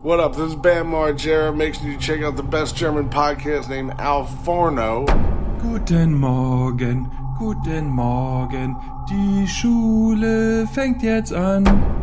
What up? This is Bam Margera. Make sure you check out the best German podcast named Al Forno. Guten Morgen, die Schule fängt jetzt an.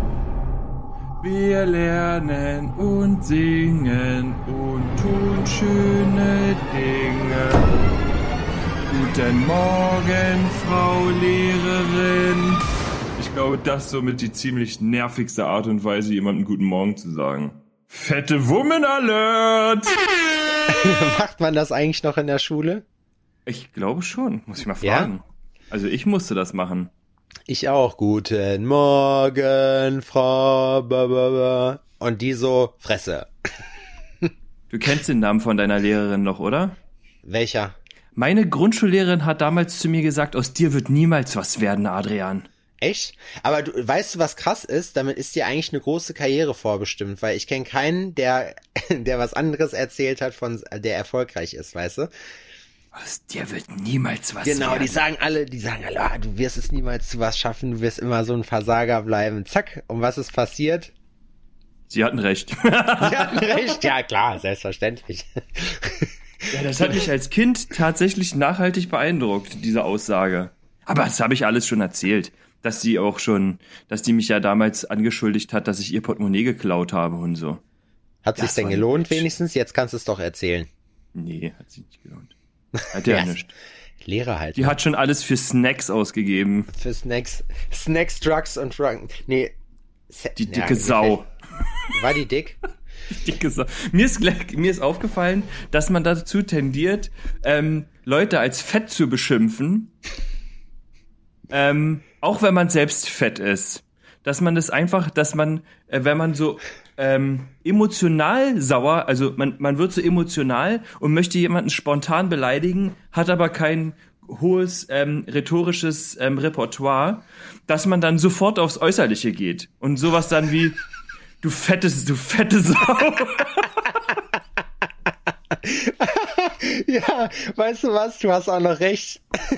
Wir lernen und singen und tun schöne Dinge. Guten Morgen, Frau Lehrerin. Ich glaube, das ist somit die ziemlich nervigste Art und Weise, jemandem guten Morgen zu sagen. Fette Woman Alert! Macht man das eigentlich noch in der Schule? Ich glaube schon, muss ich mal fragen. Ja? Also ich musste das machen. Ich auch. Guten Morgen, Frau Bababa. Und die so, Fresse. Du kennst den Namen von deiner Lehrerin noch, oder? Welcher? Meine Grundschullehrerin hat damals zu mir gesagt, aus dir wird niemals was werden, Adrian. Echt? Aber weißt du, was krass ist? Damit ist dir eigentlich eine große Karriere vorbestimmt, weil ich kenne keinen, der was anderes erzählt hat, der erfolgreich ist, weißt du? Aus dir wird niemals was werden. Genau, die sagen alle, du wirst es niemals zu was schaffen, du wirst immer so ein Versager bleiben. Zack, und was ist passiert? Sie hatten recht. Sie hatten recht, ja klar, selbstverständlich. Ja, das hat mich als Kind tatsächlich nachhaltig beeindruckt, diese Aussage. Aber das habe ich alles schon erzählt. Dass die mich ja damals angeschuldigt hat, dass ich ihr Portemonnaie geklaut habe und so. Hat sich's denn gelohnt wenigstens? Jetzt kannst du es doch erzählen. Nee, hat sich nicht gelohnt. Hat ja nichts. Lehrer halt. Die hat schon alles für Snacks ausgegeben. Für Snacks, Drugs und Drunken. Nee. Die dicke Sau. War die dick? Die dicke Sau. Mir ist aufgefallen, dass man dazu tendiert, Leute als fett zu beschimpfen. Auch wenn man selbst fett ist. Dass man das einfach, wenn man so emotional sauer, also man wird so emotional und möchte jemanden spontan beleidigen, hat aber kein hohes rhetorisches Repertoire, dass man dann sofort aufs Äußerliche geht. Und sowas dann wie, du fette Sau. Ja, weißt du was? Du hast auch noch recht.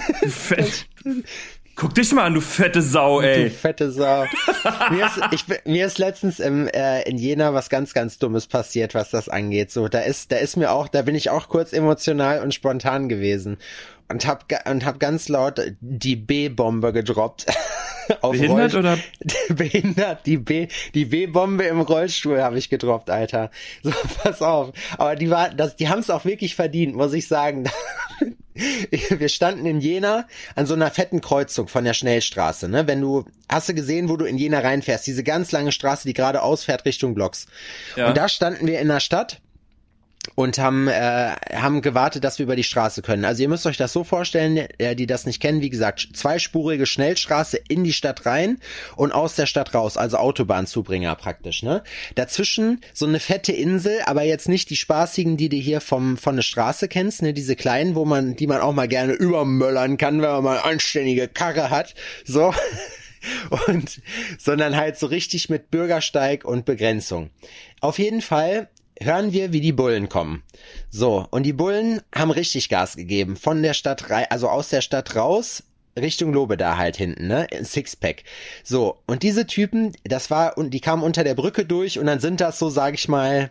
Guck dich mal an, du fette Sau, ey. Du fette Sau. Mir ist letztens in Jena was ganz, ganz Dummes passiert, was das angeht. So, da bin ich auch kurz emotional und spontan gewesen. Und hab ganz laut die B-Bombe gedroppt. Behindert oder? Behindert, die B-Bombe im Rollstuhl habe ich gedroppt, Alter. So, pass auf. Aber die haben es auch wirklich verdient, muss ich sagen. Wir standen in Jena an so einer fetten Kreuzung von der Schnellstraße, ne? Hast du gesehen, wo du in Jena reinfährst? Diese ganz lange Straße, die geradeaus fährt Richtung Blocks. Ja. Und da standen wir in der Stadt und haben gewartet, dass wir über die Straße können. Also ihr müsst euch das so vorstellen, die das nicht kennen, wie gesagt, zweispurige Schnellstraße in die Stadt rein und aus der Stadt raus, also Autobahnzubringer praktisch, ne? Dazwischen so eine fette Insel, aber jetzt nicht die spaßigen, die du hier von der Straße kennst, ne? Diese kleinen, die man auch mal gerne übermöllern kann, wenn man mal eine anständige Karre hat, so. Sondern halt so richtig mit Bürgersteig und Begrenzung. Auf jeden Fall hören wir, wie die Bullen kommen. So, und die Bullen haben richtig Gas gegeben. Von der Stadt also aus der Stadt raus, Richtung Lobeda halt hinten, ne? Sixpack. So, und diese Typen, die kamen unter der Brücke durch und dann sind das so, sag ich mal,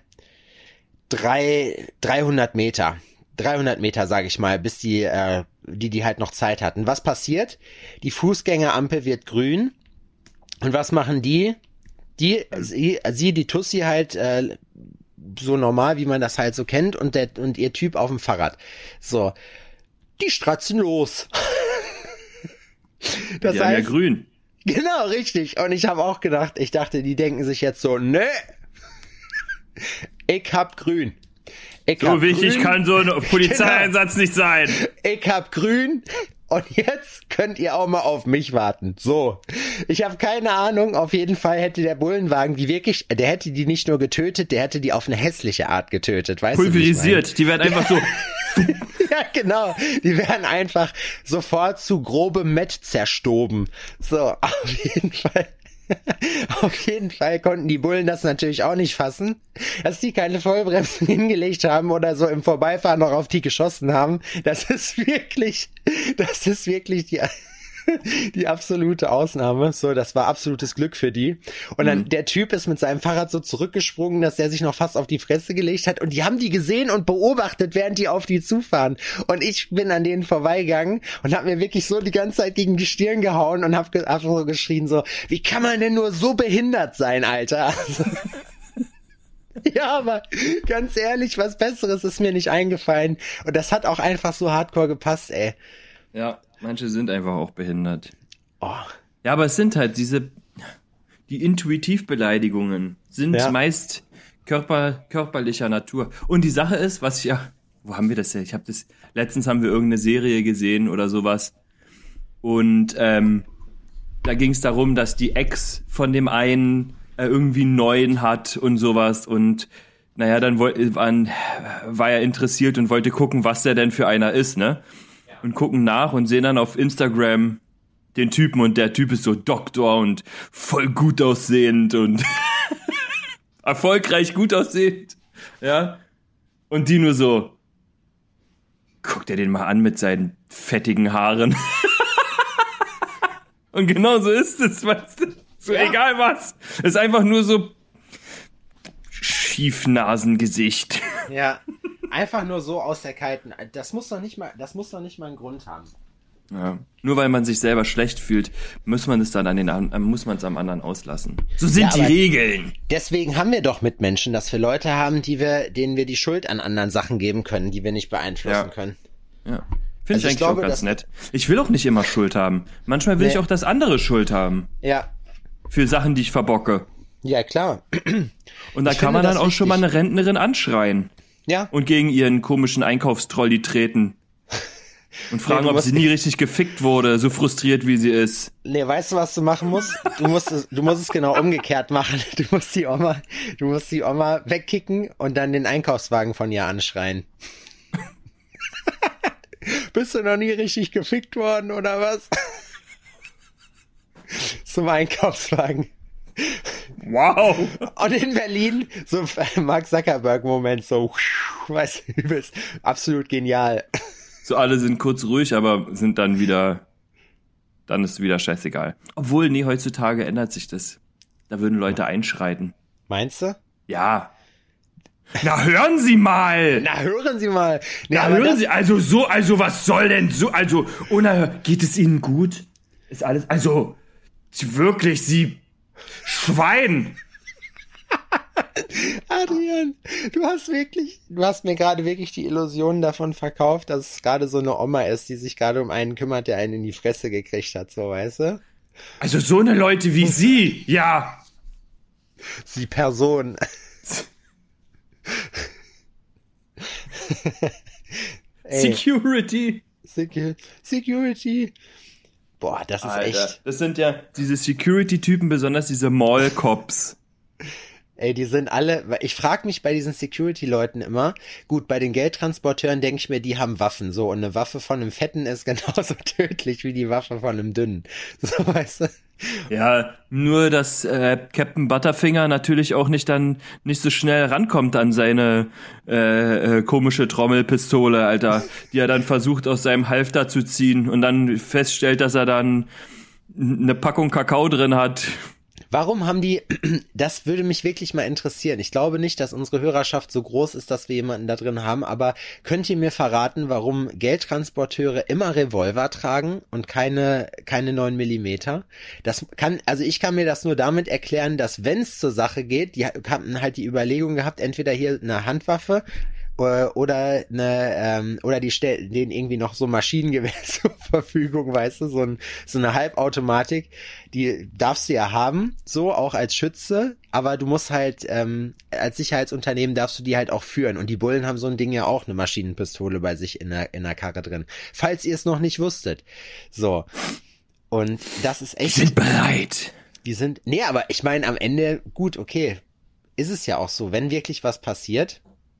300 Meter. 300 Meter, sag ich mal, bis die halt noch Zeit hatten. Was passiert? Die Fußgängerampel wird grün. Und was machen die? Die Tussi halt, so normal, wie man das halt so kennt, und ihr Typ auf dem Fahrrad. So, die stratzen los. Das die heißt, haben ja grün. Genau, richtig. Und ich habe auch gedacht, die denken sich jetzt so, ne, ich hab grün. So wichtig kann so ein Polizeieinsatz nicht sein. Ich hab grün. Und jetzt könnt ihr auch mal auf mich warten. So, ich habe keine Ahnung, auf jeden Fall hätte der Bullenwagen der hätte die nicht nur getötet, der hätte die auf eine hässliche Art getötet, weißt du? Pulverisiert, die werden einfach so... Ja, genau, die werden einfach sofort zu grobem Mett zerstoben. So, auf jeden Fall. Auf jeden Fall konnten die Bullen das natürlich auch nicht fassen, dass die keine Vollbremsen hingelegt haben oder so im Vorbeifahren noch auf die geschossen haben. Das ist wirklich Die absolute Ausnahme. So, das war absolutes Glück für die. Und dann der Typ ist mit seinem Fahrrad so zurückgesprungen, dass der sich noch fast auf die Fresse gelegt hat. Und die haben die gesehen und beobachtet, während die auf die zufahren. Und ich bin an denen vorbeigegangen und habe mir wirklich so die ganze Zeit gegen die Stirn gehauen und hab so geschrien so, wie kann man denn nur so behindert sein, Alter? Ja, aber ganz ehrlich, was Besseres ist mir nicht eingefallen. Und das hat auch einfach so hardcore gepasst, ey. Ja, manche sind einfach auch behindert. Oh. Ja, aber es sind halt die Intuitivbeleidigungen sind meist körperlicher Natur. Und die Sache ist, wo haben wir das denn? Letztens haben wir irgendeine Serie gesehen oder sowas. Und da ging es darum, dass die Ex von dem einen irgendwie einen neuen hat und sowas. Und naja, dann war er interessiert und wollte gucken, was der denn für einer ist, ne? Und gucken nach und sehen dann auf Instagram den Typen und der Typ ist so Doktor und voll gut aussehend und erfolgreich gut aussehend, ja. Und die nur so, guckt er den mal an mit seinen fettigen Haaren. Und genau so ist es, weißt du? So egal was. Es ist einfach nur so Schiefnasengesicht. Ja, einfach nur so aus der kalten. Das muss doch nicht mal einen Grund haben. Ja. Nur weil man sich selber schlecht fühlt, muss man es am anderen auslassen. So sind die Regeln. Deswegen haben wir doch Mitmenschen, dass wir Leute haben, denen wir die Schuld an anderen Sachen geben können, die wir nicht beeinflussen können. Ja. Finde ich eigentlich auch ganz nett. Ich will auch nicht immer Schuld haben. Manchmal will ich auch, dass andere Schuld haben. Ja. Für Sachen, die ich verbocke. Ja, klar. Und da kann man dann auch schon mal eine Rentnerin anschreien. Ja. Und gegen ihren komischen Einkaufstrolli treten. Und fragen, ob sie nie richtig gefickt wurde, so frustriert wie sie ist. Nee, weißt du, was du machen musst? Du musst es genau umgekehrt machen. Du musst die Oma wegkicken und dann den Einkaufswagen von ihr anschreien. Bist du noch nie richtig gefickt worden, oder was? Zum Einkaufswagen. Wow. Und in Berlin, so Mark Zuckerberg-Moment, so, weißt du, du bist absolut genial. So alle sind kurz ruhig, aber dann ist wieder scheißegal. Obwohl, nee, heutzutage ändert sich das. Da würden Leute einschreiten. Meinst du? Ja. Na, hören Sie mal! Na, hören Sie mal! Na, hören Sie, also was soll denn so, geht es Ihnen gut? Ist alles, wirklich, Sie Schwein! Adrian, du hast mir gerade wirklich die Illusion davon verkauft, dass es gerade so eine Oma ist, die sich gerade um einen kümmert, der einen in die Fresse gekriegt hat, so, weißt du? Also so eine Leute wie Sie, ja! Sie Person. Security. Security. Boah, das ist Alter, echt. Das sind ja diese Security-Typen, besonders diese Mall-Cops. Ey, die sind alle, ich frage mich bei diesen Security-Leuten immer, gut, bei den Geldtransporteuren denke ich mir, die haben Waffen, so, und eine Waffe von einem Fetten ist genauso tödlich wie die Waffe von einem Dünnen, so, weißt du? Ja, nur, dass Captain Butterfinger natürlich auch nicht so schnell rankommt an seine komische Trommelpistole, Alter, die er dann versucht aus seinem Halfter zu ziehen und dann feststellt, dass er dann eine Packung Kakao drin hat. Warum haben die, das würde mich wirklich mal interessieren. Ich glaube nicht, dass unsere Hörerschaft so groß ist, dass wir jemanden da drin haben, aber könnt ihr mir verraten, warum Geldtransporteure immer Revolver tragen und keine 9 Millimeter? Ich kann mir das nur damit erklären, dass wenn es zur Sache geht, die haben halt die Überlegung gehabt, entweder hier eine Handwaffe oder die stellen denen irgendwie noch so Maschinengewehr zur Verfügung, weißt du, so eine Halbautomatik, die darfst du ja haben, so auch als Schütze, aber du musst halt als Sicherheitsunternehmen darfst du die halt auch führen und die Bullen haben so ein Ding ja auch, eine Maschinenpistole bei sich in der Karre drin, falls ihr es noch nicht wusstet. So, und das ist echt... Die sind bereit. Nee, aber ich meine am Ende, gut, okay, ist es ja auch so, wenn wirklich was passiert...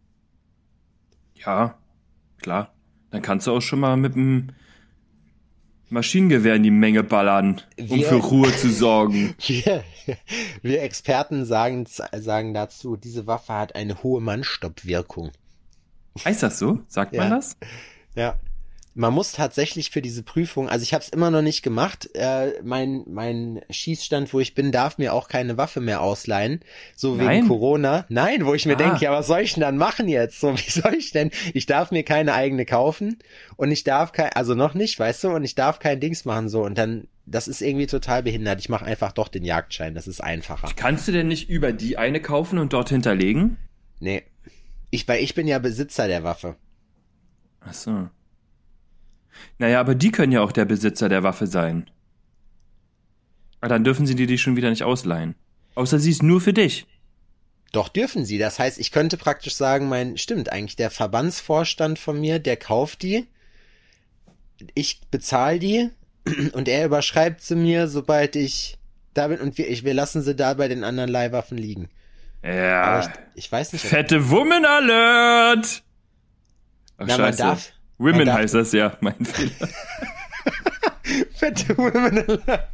Ja, klar. Dann kannst du auch schon mal mit dem Maschinengewehr in die Menge ballern, um für Ruhe zu sorgen. Wir Experten sagen dazu, diese Waffe hat eine hohe Mannstoppwirkung. Heißt das so? Sagt man das? Ja. man muss tatsächlich für diese Prüfung, also ich habe es immer noch nicht gemacht, mein Schießstand, wo ich bin, darf mir auch keine Waffe mehr ausleihen, so wegen Nein? Corona. Nein, wo ich mir denke, ja, was soll ich denn dann machen jetzt? So, wie soll ich denn? Ich darf mir keine eigene kaufen und ich darf also noch nicht, weißt du, und ich darf kein Dings machen, so, und dann, das ist irgendwie total behindert. Ich mache einfach doch den Jagdschein, das ist einfacher. Kannst du denn nicht über die eine kaufen und dort hinterlegen? Nee. Weil ich bin ja Besitzer der Waffe. Ach so. Naja, aber die können ja auch der Besitzer der Waffe sein. Aber dann dürfen sie dir die schon wieder nicht ausleihen. Außer sie ist nur für dich. Doch dürfen sie. Das heißt, ich könnte praktisch sagen, stimmt eigentlich, der Verbandsvorstand von mir, der kauft die, ich bezahle die und er überschreibt sie mir, sobald ich da bin, und wir lassen sie da bei den anderen Leihwaffen liegen. Ja. Aber ich weiß nicht. Fette Woman Alert! Ach, Na, scheiße. man darf. Women heißt das ja, mein Fehler. Fette Women Alert.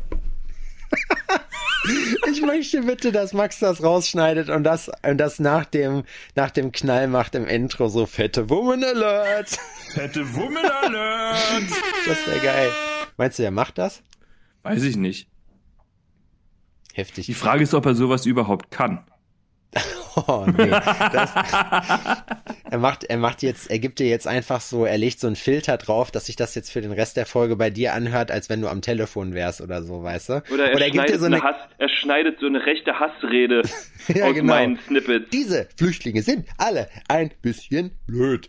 Ich möchte bitte, dass Max das rausschneidet und das nach dem Knall macht im Intro so Fette Woman Alert. Fette Woman Alert! Das wäre geil. Meinst du, er macht das? Weiß ich nicht. Heftig. Die Frage ist, ob er sowas überhaupt kann. Oh, nee. Er gibt dir jetzt einfach so, er legt so einen Filter drauf, dass sich das jetzt für den Rest der Folge bei dir anhört, als wenn du am Telefon wärst oder so, weißt du? Oder er gibt dir so er schneidet so eine rechte Hassrede Ja, aus genau. meinen Snippets. Diese Flüchtlinge sind alle ein bisschen blöd.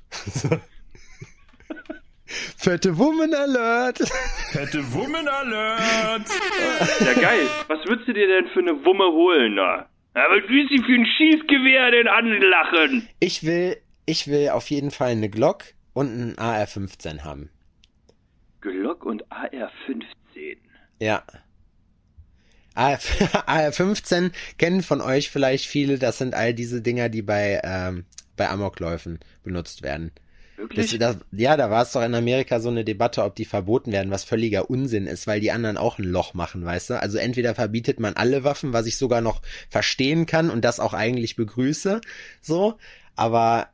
Fette Woman Alert. Fette Woman Alert! Ja, geil. Was würdest du dir denn für eine Wumme holen, na? Aber was willst du für ein Schießgewehr denn anlachen? Ich will auf jeden Fall eine Glock und einen AR-15 haben. Glock und AR-15. Ja. AR-15 kennen von euch vielleicht viele, das sind all diese Dinger, die bei Amokläufen benutzt werden. Wirklich? Da war es doch in Amerika so eine Debatte, ob die verboten werden, was völliger Unsinn ist, weil die anderen auch ein Loch machen, weißt du? Also entweder verbietet man alle Waffen, was ich sogar noch verstehen kann und das auch eigentlich begrüße, so, aber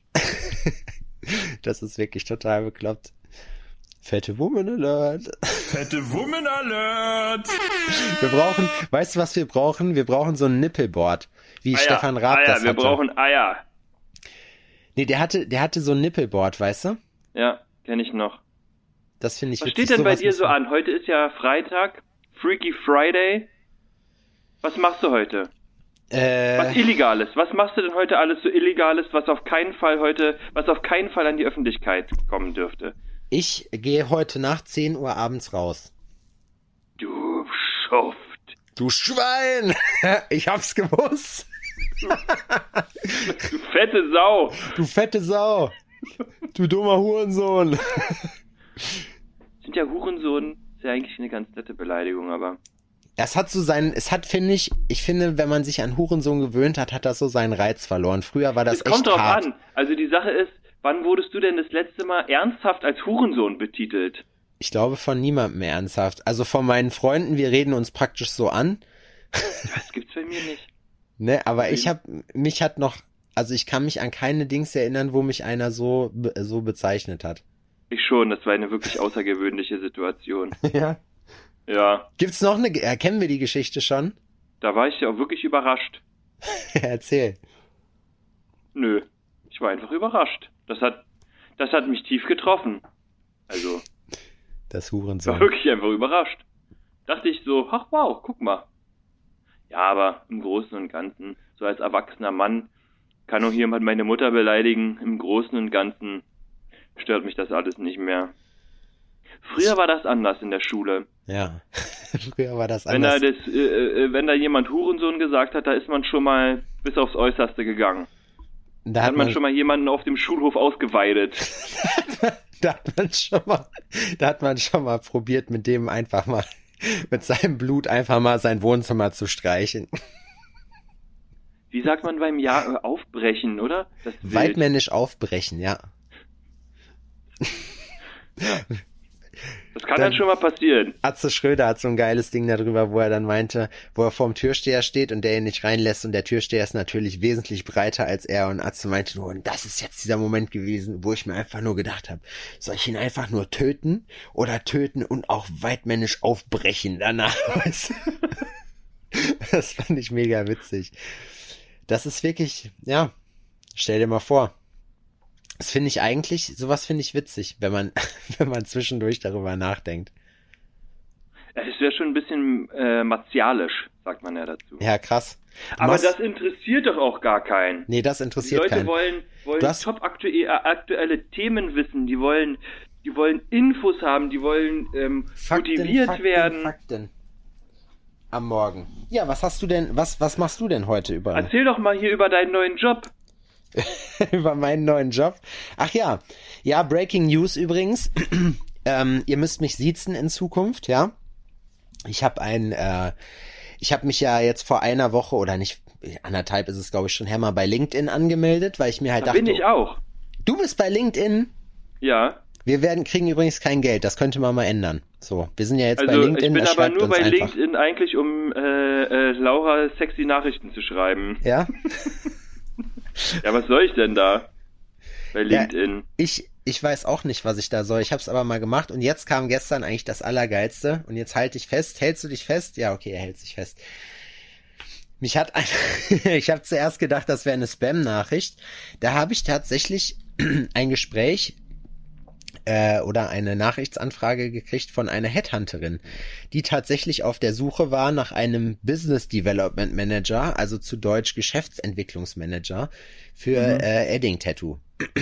das ist wirklich total bekloppt. Fette Woman Alert. Fette Woman Alert! Weißt du, was wir brauchen? Wir brauchen so ein Nippelboard, wie Eier, Stefan Raab Eier, das wir hatte. brauchen Eier. Nee, der hatte so ein Nippelboard, weißt du? Ja, kenne ich noch. Das finde ich Was witzig. steht denn bei Sowas dir muss so man- an? Heute ist ja Freitag, Freaky Friday. Was machst du heute? Was Illegales. Was machst du denn heute alles so Illegales, was auf keinen Fall an die Öffentlichkeit kommen dürfte? Ich gehe heute nach 10 Uhr abends raus. Du Schuft. Du Schwein! Ich hab's gewusst. Du fette Sau. Du fette Sau. Du dummer Hurensohn. Sind ja Hurensohn, ist ja eigentlich eine ganz nette Beleidigung, aber... Ich finde, wenn man sich an Hurensohn gewöhnt hat, hat das so seinen Reiz verloren. Früher war das Es kommt echt drauf hart. an. Also die Sache ist, wann wurdest du denn das letzte Mal ernsthaft als Hurensohn betitelt? Ich glaube von niemandem mehr ernsthaft. Also von meinen Freunden, wir reden uns praktisch so an. Das gibt's bei mir nicht. Ne, aber ich kann mich an keine Dings erinnern, wo mich einer so bezeichnet hat. Ich schon, das war eine wirklich außergewöhnliche Situation. Ja. Ja, Gibt's noch kennen wir die Geschichte schon? da war ich ja auch wirklich überrascht. Erzähl. Nö, ich war einfach überrascht. Das hat mich tief getroffen. Also, Das ich war Hurensohn. wirklich einfach überrascht. Dachte ich so, ach wow, guck mal. Ja, aber im Großen und Ganzen, so als erwachsener Mann, kann auch jemand meine Mutter beleidigen. Im Großen und Ganzen stört mich das alles nicht mehr. Früher war das anders in der Schule. Ja. Früher war das Wenn da, anders. wenn da jemand Hurensohn gesagt hat, da ist man schon mal bis aufs Äußerste gegangen. Da Da hat man schon mal jemanden auf dem Schulhof ausgeweidet. Da hat man schon mal probiert, mit dem einfach mal, mit seinem Blut einfach mal sein Wohnzimmer zu streichen. Wie sagt man beim Aufbrechen, oder? Das Wild. Weidmännisch aufbrechen, ja. Das kann dann schon mal passieren. Atze Schröder hat so ein geiles Ding darüber, wo er dann meinte, wo er vorm Türsteher steht und der ihn nicht reinlässt und der Türsteher ist natürlich wesentlich breiter als er und Atze meinte nur, und das ist jetzt dieser Moment gewesen, wo ich mir einfach nur gedacht habe, soll ich ihn einfach nur töten oder töten und auch weitmännisch aufbrechen danach? Das fand ich mega witzig. Das ist wirklich, ja, stell dir mal vor. Das finde ich eigentlich, sowas finde ich witzig, wenn man zwischendurch darüber nachdenkt. Es wäre schon ein bisschen martialisch, sagt man ja dazu. Ja, krass. Aber das interessiert doch auch gar keinen. Nee, das interessiert keinen. Die Leute wollen top aktuelle Themen wissen, die wollen Infos haben, die wollen motiviert werden. Fakten. Am Morgen. Ja, was machst du denn heute überall? Erzähl doch mal hier über deinen neuen Job. Über meinen neuen Job. Ach ja. Ja, Breaking News übrigens. Ihr müsst mich siezen in Zukunft, ja. Ich habe mich ja jetzt vor einer Woche oder nicht, 1,5 ist es glaube ich schon her, mal bei LinkedIn angemeldet, weil ich mir halt dachte. Bin ich auch. Du bist bei LinkedIn? Ja. Wir kriegen übrigens kein Geld, das könnte man mal ändern. So, wir sind ja jetzt bei LinkedIn. Ich bin aber nur bei LinkedIn eigentlich, um Laura sexy Nachrichten zu schreiben. Ja? Ja, was soll ich denn da bei LinkedIn? Ja, ich weiß auch nicht, was ich da soll. Ich habe es aber mal gemacht und jetzt kam gestern eigentlich das Allergeilste und jetzt halte ich fest. Hältst du dich fest? Ja, okay, er hält sich fest. Ich habe zuerst gedacht, das wäre eine Spam-Nachricht. Da habe ich tatsächlich ein Gespräch oder eine Nachrichtsanfrage gekriegt von einer Headhunterin, die tatsächlich auf der Suche war nach einem Business Development Manager, also zu Deutsch Geschäftsentwicklungsmanager für Edding Tattoo.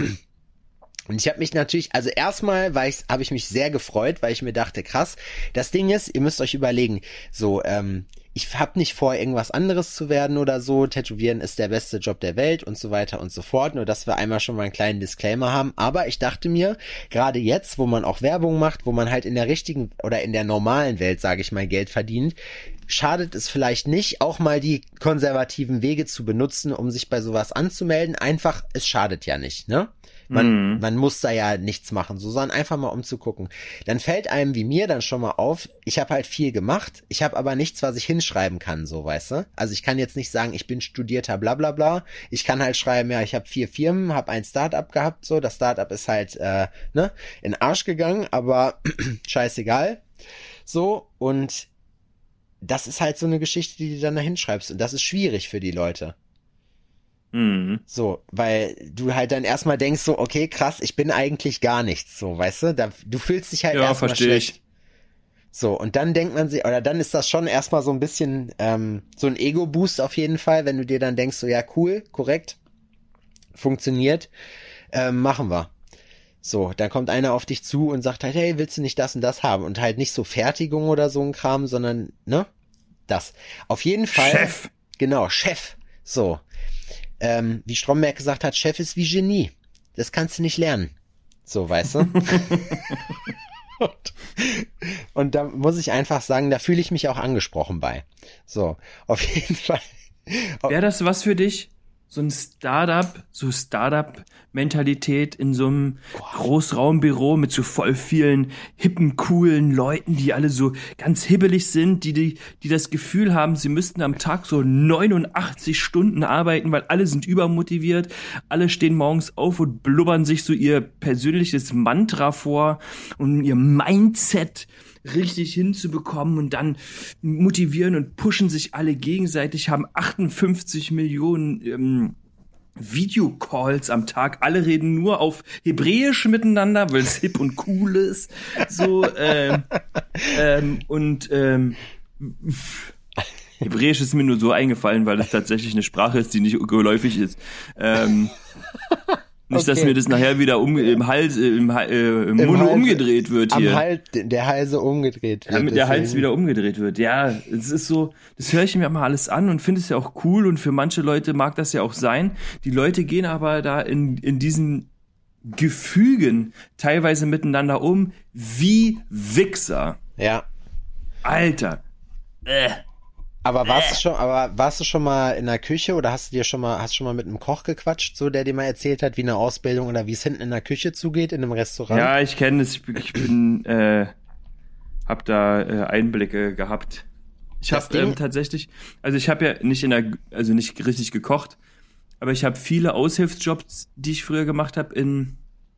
Und ich habe mich natürlich, also erstmal habe ich mich sehr gefreut, weil ich mir dachte, krass, das Ding ist, ihr müsst euch überlegen, so, ich habe nicht vor, irgendwas anderes zu werden oder so, Tätowieren ist der beste Job der Welt und so weiter und so fort, nur dass wir einmal schon mal einen kleinen Disclaimer haben, aber ich dachte mir, gerade jetzt, wo man auch Werbung macht, wo man halt in der richtigen oder in der normalen Welt, sage ich mal, Geld verdient, schadet es vielleicht nicht, auch mal die konservativen Wege zu benutzen, um sich bei sowas anzumelden, einfach, es schadet ja nicht, ne? Man muss da ja nichts machen, sondern einfach mal umzugucken. Dann fällt einem wie mir dann schon mal auf, ich habe halt viel gemacht, ich habe aber nichts, was ich hinschreiben kann, so, weißt du? Also ich kann jetzt nicht sagen, ich bin studierter bla bla bla. Ich kann halt schreiben, ja, ich habe 4 Firmen, habe ein Startup gehabt, so. Das Startup ist halt, in den Arsch gegangen, aber scheißegal. So, und das ist halt so eine Geschichte, die du dann da hinschreibst. Und das ist schwierig für die Leute. So, weil du halt dann erstmal denkst so, okay, krass, ich bin eigentlich gar nichts, so, weißt du? Du fühlst dich halt erstmal schlecht. So, und dann denkt man sich, oder dann ist das schon erstmal so ein bisschen so ein Ego-Boost auf jeden Fall, wenn du dir dann denkst so, ja, cool, korrekt, funktioniert, machen wir. So, dann kommt einer auf dich zu und sagt halt, hey, willst du nicht das und das haben? Und halt nicht so Fertigung oder so ein Kram, sondern, ne, das. Auf jeden Fall. Chef. Genau, Chef. So. Wie Stromberg gesagt hat, Chef ist wie Genie. Das kannst du nicht lernen. So, weißt du? Und da muss ich einfach sagen, da fühle ich mich auch angesprochen bei. So, auf jeden Fall. Wäre das was für dich? So ein Startup-Mentalität in so einem Großraumbüro mit so voll vielen hippen, coolen Leuten, die alle so ganz hibbelig sind, die das Gefühl haben, sie müssten am Tag so 89 Stunden arbeiten, weil alle sind übermotiviert, alle stehen morgens auf und blubbern sich so ihr persönliches Mantra vor und ihr Mindset richtig hinzubekommen und dann motivieren und pushen sich alle gegenseitig, haben 58 Millionen Videocalls am Tag, alle reden nur auf Hebräisch miteinander, weil es hip und cool ist, so, Hebräisch ist mir nur so eingefallen, weil es tatsächlich eine Sprache ist, die nicht geläufig ist. Nicht, dass mir das nachher wieder im Mund umgedreht wird hier. Am Hals, der Halse umgedreht wird. Damit der Hals wieder umgedreht wird. Ja, es ist so, das höre ich mir mal alles an und finde es ja auch cool und für manche Leute mag das ja auch sein. Die Leute gehen aber da in diesen Gefügen teilweise miteinander um wie Wichser. Ja. Alter. Aber warst du schon mal in der Küche oder hast du schon mal mit einem Koch gequatscht, so der dir mal erzählt hat, wie eine Ausbildung oder wie es hinten in der Küche zugeht in einem Restaurant? Ja, ich kenne es. Ich bin, hab da Einblicke gehabt. Ich habe tatsächlich, also ich habe ja nicht nicht richtig gekocht, aber ich habe viele Aushilfsjobs, die ich früher gemacht habe, in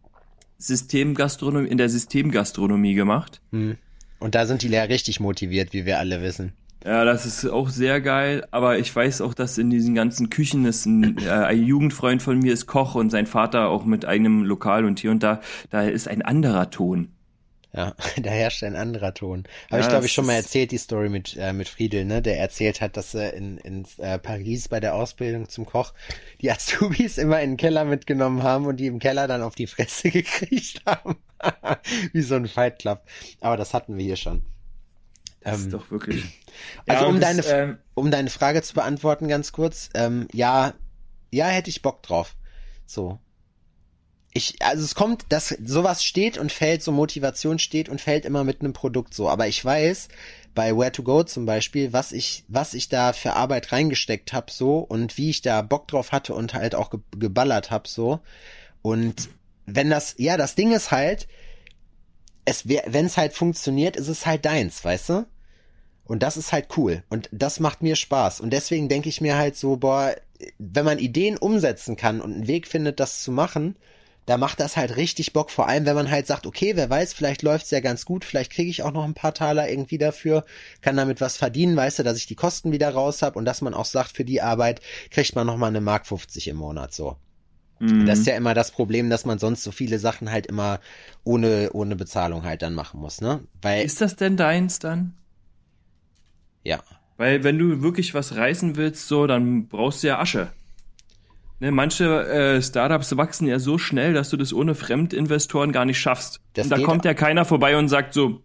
der Systemgastronomie gemacht. Und da sind die Lehrer richtig motiviert, wie wir alle wissen. Ja, das ist auch sehr geil, aber ich weiß auch, dass in diesen ganzen Küchen ein Jugendfreund von mir ist Koch und sein Vater auch mit eigenem Lokal und hier und da ist ein anderer Ton. Ja, da herrscht ein anderer Ton. Habe ich, glaube ich, schon mal erzählt, die Story mit Friedel, ne? Der erzählt hat, dass er in Paris bei der Ausbildung zum Koch die Azubis immer in den Keller mitgenommen haben und die im Keller dann auf die Fresse gekriegt haben. Wie so ein Fight Club. Aber das hatten wir hier schon. Das ist doch wirklich... Also um deine Frage zu beantworten, ganz kurz, ja, hätte ich Bock drauf. So. Also es kommt, dass sowas steht und fällt, so Motivation steht und fällt immer mit einem Produkt so. Aber ich weiß, bei Where2Go zum Beispiel, was ich da für Arbeit reingesteckt habe so und wie ich da Bock drauf hatte und halt auch geballert habe so. Und das Ding ist halt, wenn es halt funktioniert, ist es halt deins, weißt du? Und das ist halt cool. Und das macht mir Spaß. Und deswegen denke ich mir halt so, wenn man Ideen umsetzen kann und einen Weg findet, das zu machen, da macht das halt richtig Bock, vor allem wenn man halt sagt, okay, wer weiß, vielleicht läuft's ja ganz gut, vielleicht kriege ich auch noch ein paar Taler irgendwie dafür, kann damit was verdienen, weißt du, dass ich die Kosten wieder raus habe und dass man auch sagt, für die Arbeit kriegt man nochmal 1,50 Mark im Monat so. Mhm. Das ist ja immer das Problem, dass man sonst so viele Sachen halt immer ohne Bezahlung halt dann machen muss, ne? Ist das denn deins dann? Ja. Weil wenn du wirklich was reißen willst, so, dann brauchst du ja Asche. Ne, manche Startups wachsen ja so schnell, dass du das ohne Fremdinvestoren gar nicht schaffst. Und da kommt ja keiner vorbei und sagt so,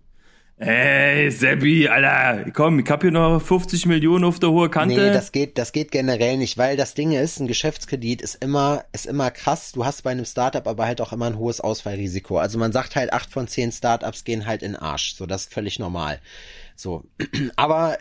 ey, Seppi, Alter, komm, ich hab hier noch 50 Millionen auf der hohe Kante. Nee, das geht generell nicht, weil das Ding ist, ein Geschäftskredit ist immer krass. Du hast bei einem Startup aber halt auch immer ein hohes Ausfallrisiko. Also man sagt halt, 8 von 10 Startups gehen halt in den Arsch. So, das ist völlig normal. So. Aber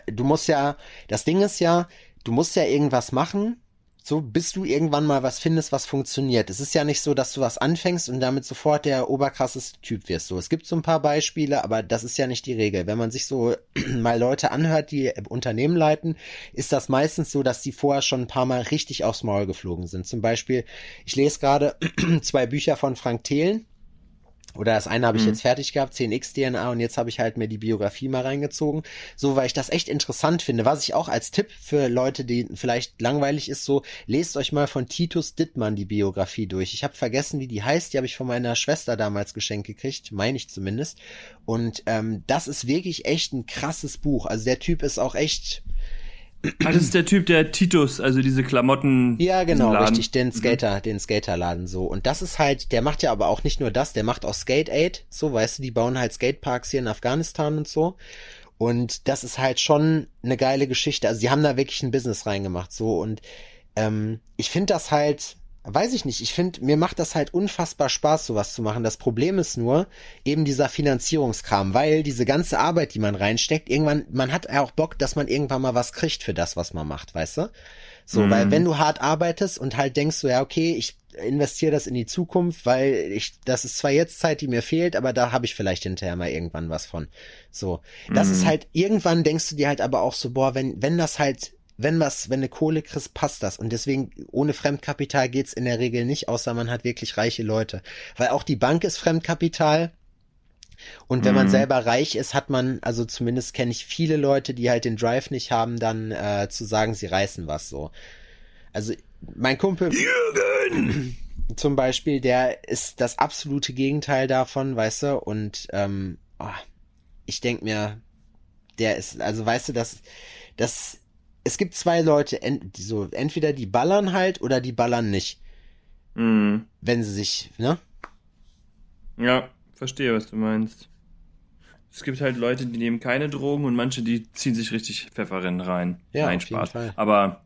das Ding ist ja, du musst ja irgendwas machen, so, bis du irgendwann mal was findest, was funktioniert. Es ist ja nicht so, dass du was anfängst und damit sofort der oberkrasseste Typ wirst. So, es gibt so ein paar Beispiele, aber das ist ja nicht die Regel. Wenn man sich so mal Leute anhört, die Unternehmen leiten, ist das meistens so, dass die vorher schon ein paar Mal richtig aufs Maul geflogen sind. Zum Beispiel, ich lese gerade 2 Bücher von Frank Thelen. Oder das eine habe ich jetzt fertig gehabt, 10x DNA, und jetzt habe ich halt mir die Biografie mal reingezogen, so, weil ich das echt interessant finde. Was ich auch als Tipp für Leute, die vielleicht langweilig ist, so, lest euch mal von Titus Dittmann die Biografie durch. Ich habe vergessen, wie die heißt, die habe ich von meiner Schwester damals geschenkt gekriegt, meine ich zumindest. Und das ist wirklich echt ein krasses Buch. Also der Typ ist auch echt... Das ist der Typ, der Titus, also diese Klamotten. Ja, genau, richtig, den Skaterladen so. Und das ist halt, der macht ja aber auch nicht nur das, der macht auch Skate Aid, so, weißt du, die bauen halt Skateparks hier in Afghanistan und so. Und das ist halt schon eine geile Geschichte. Also die haben da wirklich ein Business reingemacht, so. Und ich finde das halt, weiß ich nicht, mir macht das halt unfassbar Spaß, sowas zu machen. Das Problem ist nur eben dieser Finanzierungskram, weil diese ganze Arbeit, die man reinsteckt, irgendwann, man hat ja auch Bock, dass man irgendwann mal was kriegt für das, was man macht, weißt du? So, weil wenn du hart arbeitest und halt denkst so, ja, okay, ich investiere das in die Zukunft, weil das ist zwar jetzt Zeit, die mir fehlt, aber da habe ich vielleicht hinterher mal irgendwann was von. So, das ist halt, irgendwann denkst du dir halt aber auch so, boah, wenn eine Kohle kriegst, passt das. Und deswegen, ohne Fremdkapital geht's in der Regel nicht, außer man hat wirklich reiche Leute. Weil auch die Bank ist Fremdkapital. Und wenn man selber reich ist, hat man, also zumindest kenne ich viele Leute, die halt den Drive nicht haben, dann zu sagen, sie reißen was so. Also mein Kumpel Jürgen zum Beispiel, der ist das absolute Gegenteil davon, weißt du. Und ich denk mir, der ist, also weißt du, es gibt 2 Leute, entweder die ballern halt oder die ballern nicht. Wenn sie sich, ne? Ja, verstehe, was du meinst. Es gibt halt Leute, die nehmen keine Drogen und manche, die ziehen sich richtig Pfefferrennen rein. Ja, Nein, auf jeden Spaß. Fall. Aber,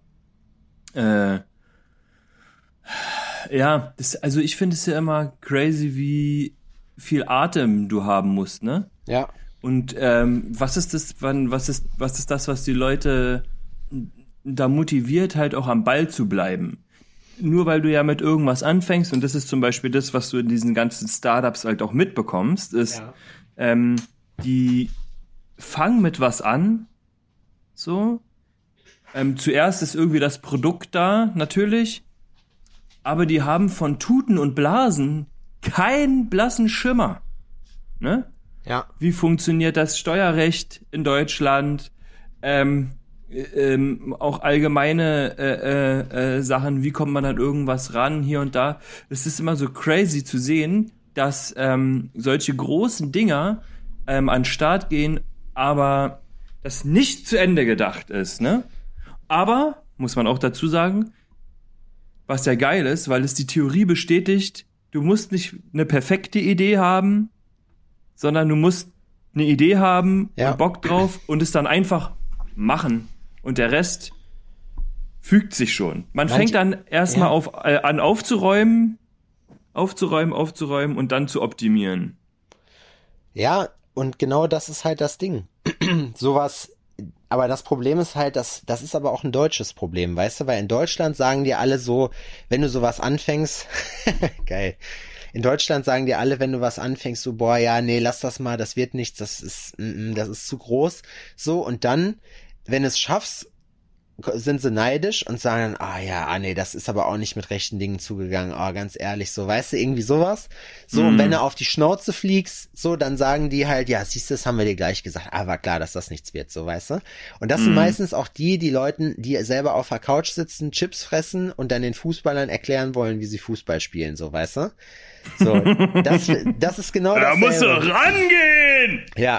ja, also ich finde es ja immer crazy, wie viel Atem du haben musst, ne? Ja. Und was ist das, was ist das, was die Leute da motiviert, halt auch am Ball zu bleiben. Nur weil du ja mit irgendwas anfängst, und das ist zum Beispiel das, was du in diesen ganzen Startups halt auch mitbekommst, ist, die fangen mit was an, so. Zuerst ist irgendwie das Produkt da, natürlich, aber die haben von Tuten und Blasen keinen blassen Schimmer. Ne? Ja. Wie funktioniert das Steuerrecht in Deutschland? Auch allgemeine Sachen, wie kommt man an irgendwas ran, hier und da. Es ist immer so crazy zu sehen, dass solche großen Dinger an den Start gehen, aber das nicht zu Ende gedacht ist, ne? Aber, muss man auch dazu sagen, was ja geil ist, weil es die Theorie bestätigt, du musst nicht eine perfekte Idee haben, sondern du musst eine Idee haben und Bock drauf und es dann einfach machen. Und der Rest fügt sich schon. Man fängt dann erstmal an aufzuräumen und dann zu optimieren. Ja, und genau das ist halt das Ding. Sowas, aber das Problem ist halt, das ist aber auch ein deutsches Problem, weißt du, weil in Deutschland sagen dir alle so, wenn du sowas anfängst, geil. In Deutschland sagen dir alle, wenn du was anfängst, so, boah, ja, nee, lass das mal, das wird nichts, das ist zu groß. So, und dann, wenn es schaffst, sind sie neidisch und sagen, nee, das ist aber auch nicht mit rechten Dingen zugegangen, ganz ehrlich, so, weißt du, irgendwie sowas. So, und wenn du auf die Schnauze fliegst, so, dann sagen die halt, ja, siehst du, das haben wir dir gleich gesagt, war klar, dass das nichts wird, so, weißt du. Und das sind meistens auch die Leute, die selber auf der Couch sitzen, Chips fressen und dann den Fußballern erklären wollen, wie sie Fußball spielen, so, weißt du. So, das ist genau das. Da musst du rangehen! Ja.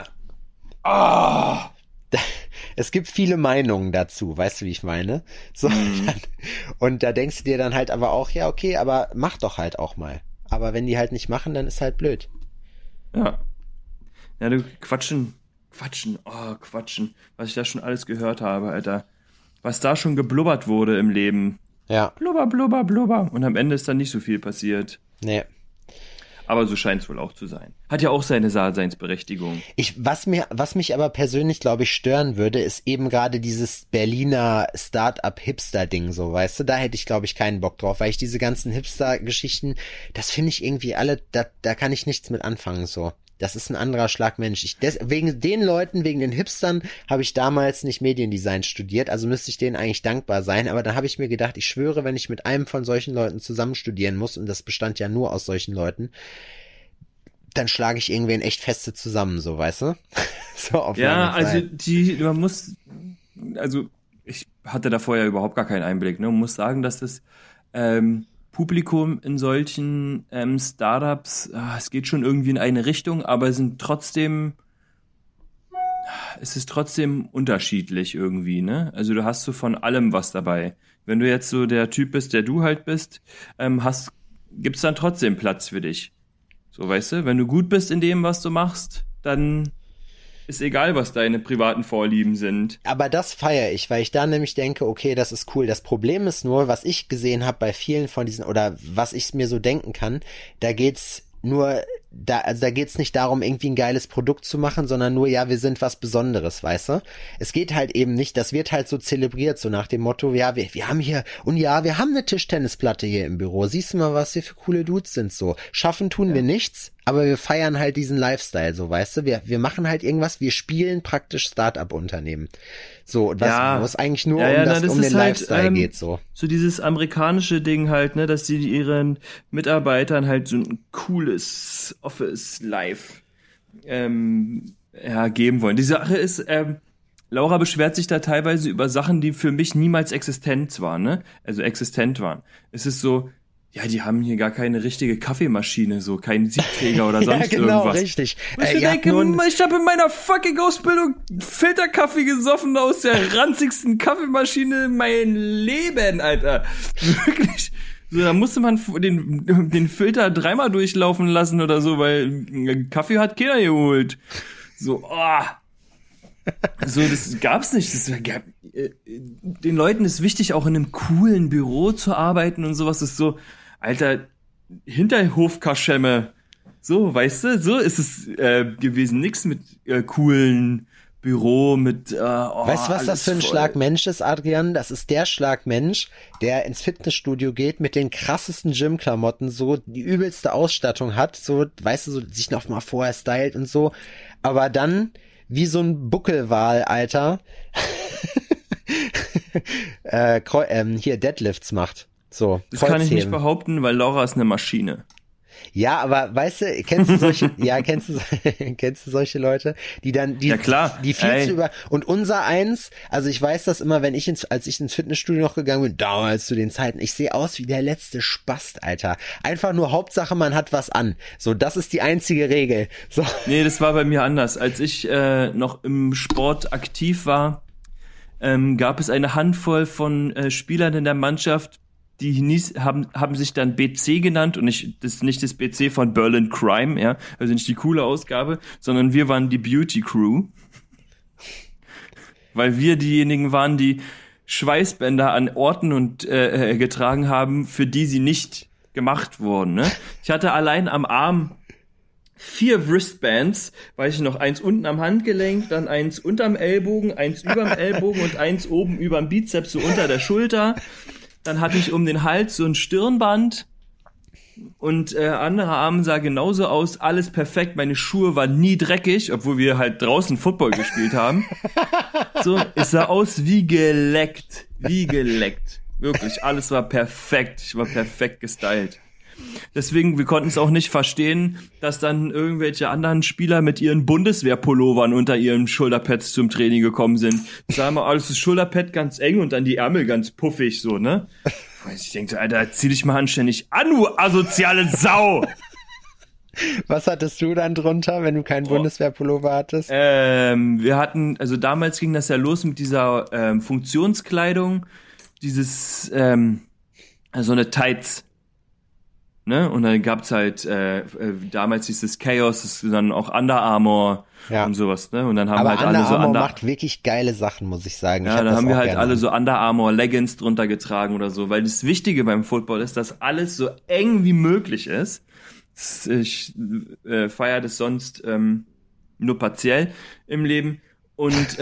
Es gibt viele Meinungen dazu, weißt du, wie ich meine? So, und da denkst du dir dann halt aber auch, ja, okay, aber mach doch halt auch mal. Aber wenn die halt nicht machen, dann ist halt blöd. Ja. Ja, du quatschen. Was ich da schon alles gehört habe, Alter. Was da schon geblubbert wurde im Leben. Ja. Blubber. Und am Ende ist dann nicht so viel passiert. Nee. Aber so scheint es wohl auch zu sein. Hat ja auch seine Daseinsberechtigung. Was mich aber persönlich, glaube ich, stören würde, ist eben gerade dieses Berliner Start-up-Hipster-Ding, so, weißt du? Da hätte ich, glaube ich, keinen Bock drauf, weil ich diese ganzen Hipster-Geschichten, das finde ich irgendwie alle, da kann ich nichts mit anfangen, so. Das ist ein anderer Schlag Mensch. Wegen den Leuten, wegen den Hipstern, habe ich damals nicht Mediendesign studiert, also müsste ich denen eigentlich dankbar sein, aber dann habe ich mir gedacht, ich schwöre, wenn ich mit einem von solchen Leuten zusammen studieren muss, und das bestand ja nur aus solchen Leuten, dann schlage ich irgendwen echt feste zusammen, so, weißt du? So auf ich hatte da vorher überhaupt gar keinen Einblick, ne? Man muss sagen, dass das Publikum in solchen Startups, es geht schon irgendwie in eine Richtung, aber es ist trotzdem unterschiedlich irgendwie, ne? Also du hast so von allem was dabei. Wenn du jetzt so der Typ bist, der du halt bist, gibt's dann trotzdem Platz für dich. So, weißt du, wenn du gut bist in dem, was du machst, dann ist egal, was deine privaten Vorlieben sind. Aber das feiere ich, weil ich da nämlich denke, okay, das ist cool. Das Problem ist nur, was ich gesehen habe bei vielen von diesen, oder was ich mir so denken kann, da geht's nicht darum, irgendwie ein geiles Produkt zu machen, sondern nur, ja, wir sind was Besonderes, weißt du? Es geht halt eben nicht, das wird halt so zelebriert, so nach dem Motto, ja, wir haben hier, und ja, wir haben eine Tischtennisplatte hier im Büro, siehst du mal, was wir für coole Dudes sind, so. Schaffen tun wir nichts, aber wir feiern halt diesen Lifestyle, so, weißt du? Wir machen halt irgendwas, wir spielen praktisch Start-up-Unternehmen. So, wo es eigentlich nur um den Lifestyle geht, so. So dieses amerikanische Ding halt, ne, dass die ihren Mitarbeitern halt so ein cooles Office-Life geben wollen. Die Sache ist, Laura beschwert sich da teilweise über Sachen, die für mich niemals existent waren, ne? Also existent waren. Es ist so, ja, die haben hier gar keine richtige Kaffeemaschine, so keinen Siebträger oder sonst ja, genau, irgendwas. Richtig. Ich habe in meiner fucking Ausbildung Filterkaffee gesoffen aus der ranzigsten Kaffeemaschine in meinem Leben, Alter. Wirklich. So, da musste man den Filter dreimal durchlaufen lassen oder so, weil Kaffee hat keiner geholt. So, So, das gab's nicht. Den Leuten ist wichtig, auch in einem coolen Büro zu arbeiten und sowas. Das ist so, Alter, Hinterhofkaschemme. So, weißt du, so ist es gewesen. Nix mit coolen Büro mit weißt du, was das für ein Schlag Mensch ist, Adrian? Das ist der Schlag Mensch, der ins Fitnessstudio geht mit den krassesten Gymklamotten, so die übelste Ausstattung hat, so, weißt du, so sich noch mal vorher stylt und so, aber dann wie so ein Buckelwal, Alter, hier Deadlifts macht. So, das kann ich nicht behaupten, weil Laura ist eine Maschine. Ja, aber weißt du, kennst du solche solche Leute, die dann, ja, klar. die viel zu über, und unser eins, also ich weiß das immer, als ich ins Fitnessstudio noch gegangen bin, damals zu den Zeiten, ich sehe aus wie der letzte Spast, Alter. Einfach nur Hauptsache, man hat was an. So, das ist die einzige Regel. So. Nee, das war bei mir anders. Als ich noch im Sport aktiv war, gab es eine Handvoll von Spielern in der Mannschaft, die haben sich dann BC genannt und nicht das BC von Berlin Crime, ja, also nicht die coole Ausgabe, sondern wir waren die Beauty Crew, weil wir diejenigen waren, die Schweißbänder an Orten und getragen haben, für die sie nicht gemacht wurden. Ne? Ich hatte allein am Arm 4 Wristbands, weiß ich noch, eins unten am Handgelenk, dann eins unterm Ellbogen, eins überm Ellbogen und eins oben überm Bizeps, so unter der Schulter. Dann hatte ich um den Hals so ein Stirnband und andere Arm sah genauso aus, alles perfekt. Meine Schuhe waren nie dreckig, obwohl wir halt draußen Football gespielt haben. So, es sah aus wie geleckt. Wirklich, alles war perfekt. Ich war perfekt gestylt. Deswegen, wir konnten es auch nicht verstehen, dass dann irgendwelche anderen Spieler mit ihren Bundeswehrpullovern unter ihren Schulterpads zum Training gekommen sind. Sagen wir, alles das Schulterpad ganz eng und dann die Ärmel ganz puffig, so, ne? Ich denke so, Alter, zieh dich mal anständig an, du asoziale Sau! Was hattest du dann drunter, wenn du keinen Bundeswehrpullover hattest? Wir hatten, also damals ging das ja los mit dieser Funktionskleidung, dieses, so eine Tights. Ne? Und dann gab's halt, damals hieß es Chaos, das ist dann auch Under Armour und sowas, ne? Und dann haben aber halt alle so macht wirklich geile Sachen, muss ich sagen. Ja, dann haben wir halt alle so Under Armour Leggings drunter getragen oder so, weil das Wichtige beim Football ist, dass alles so eng wie möglich ist. Ich feiere das sonst nur partiell im Leben und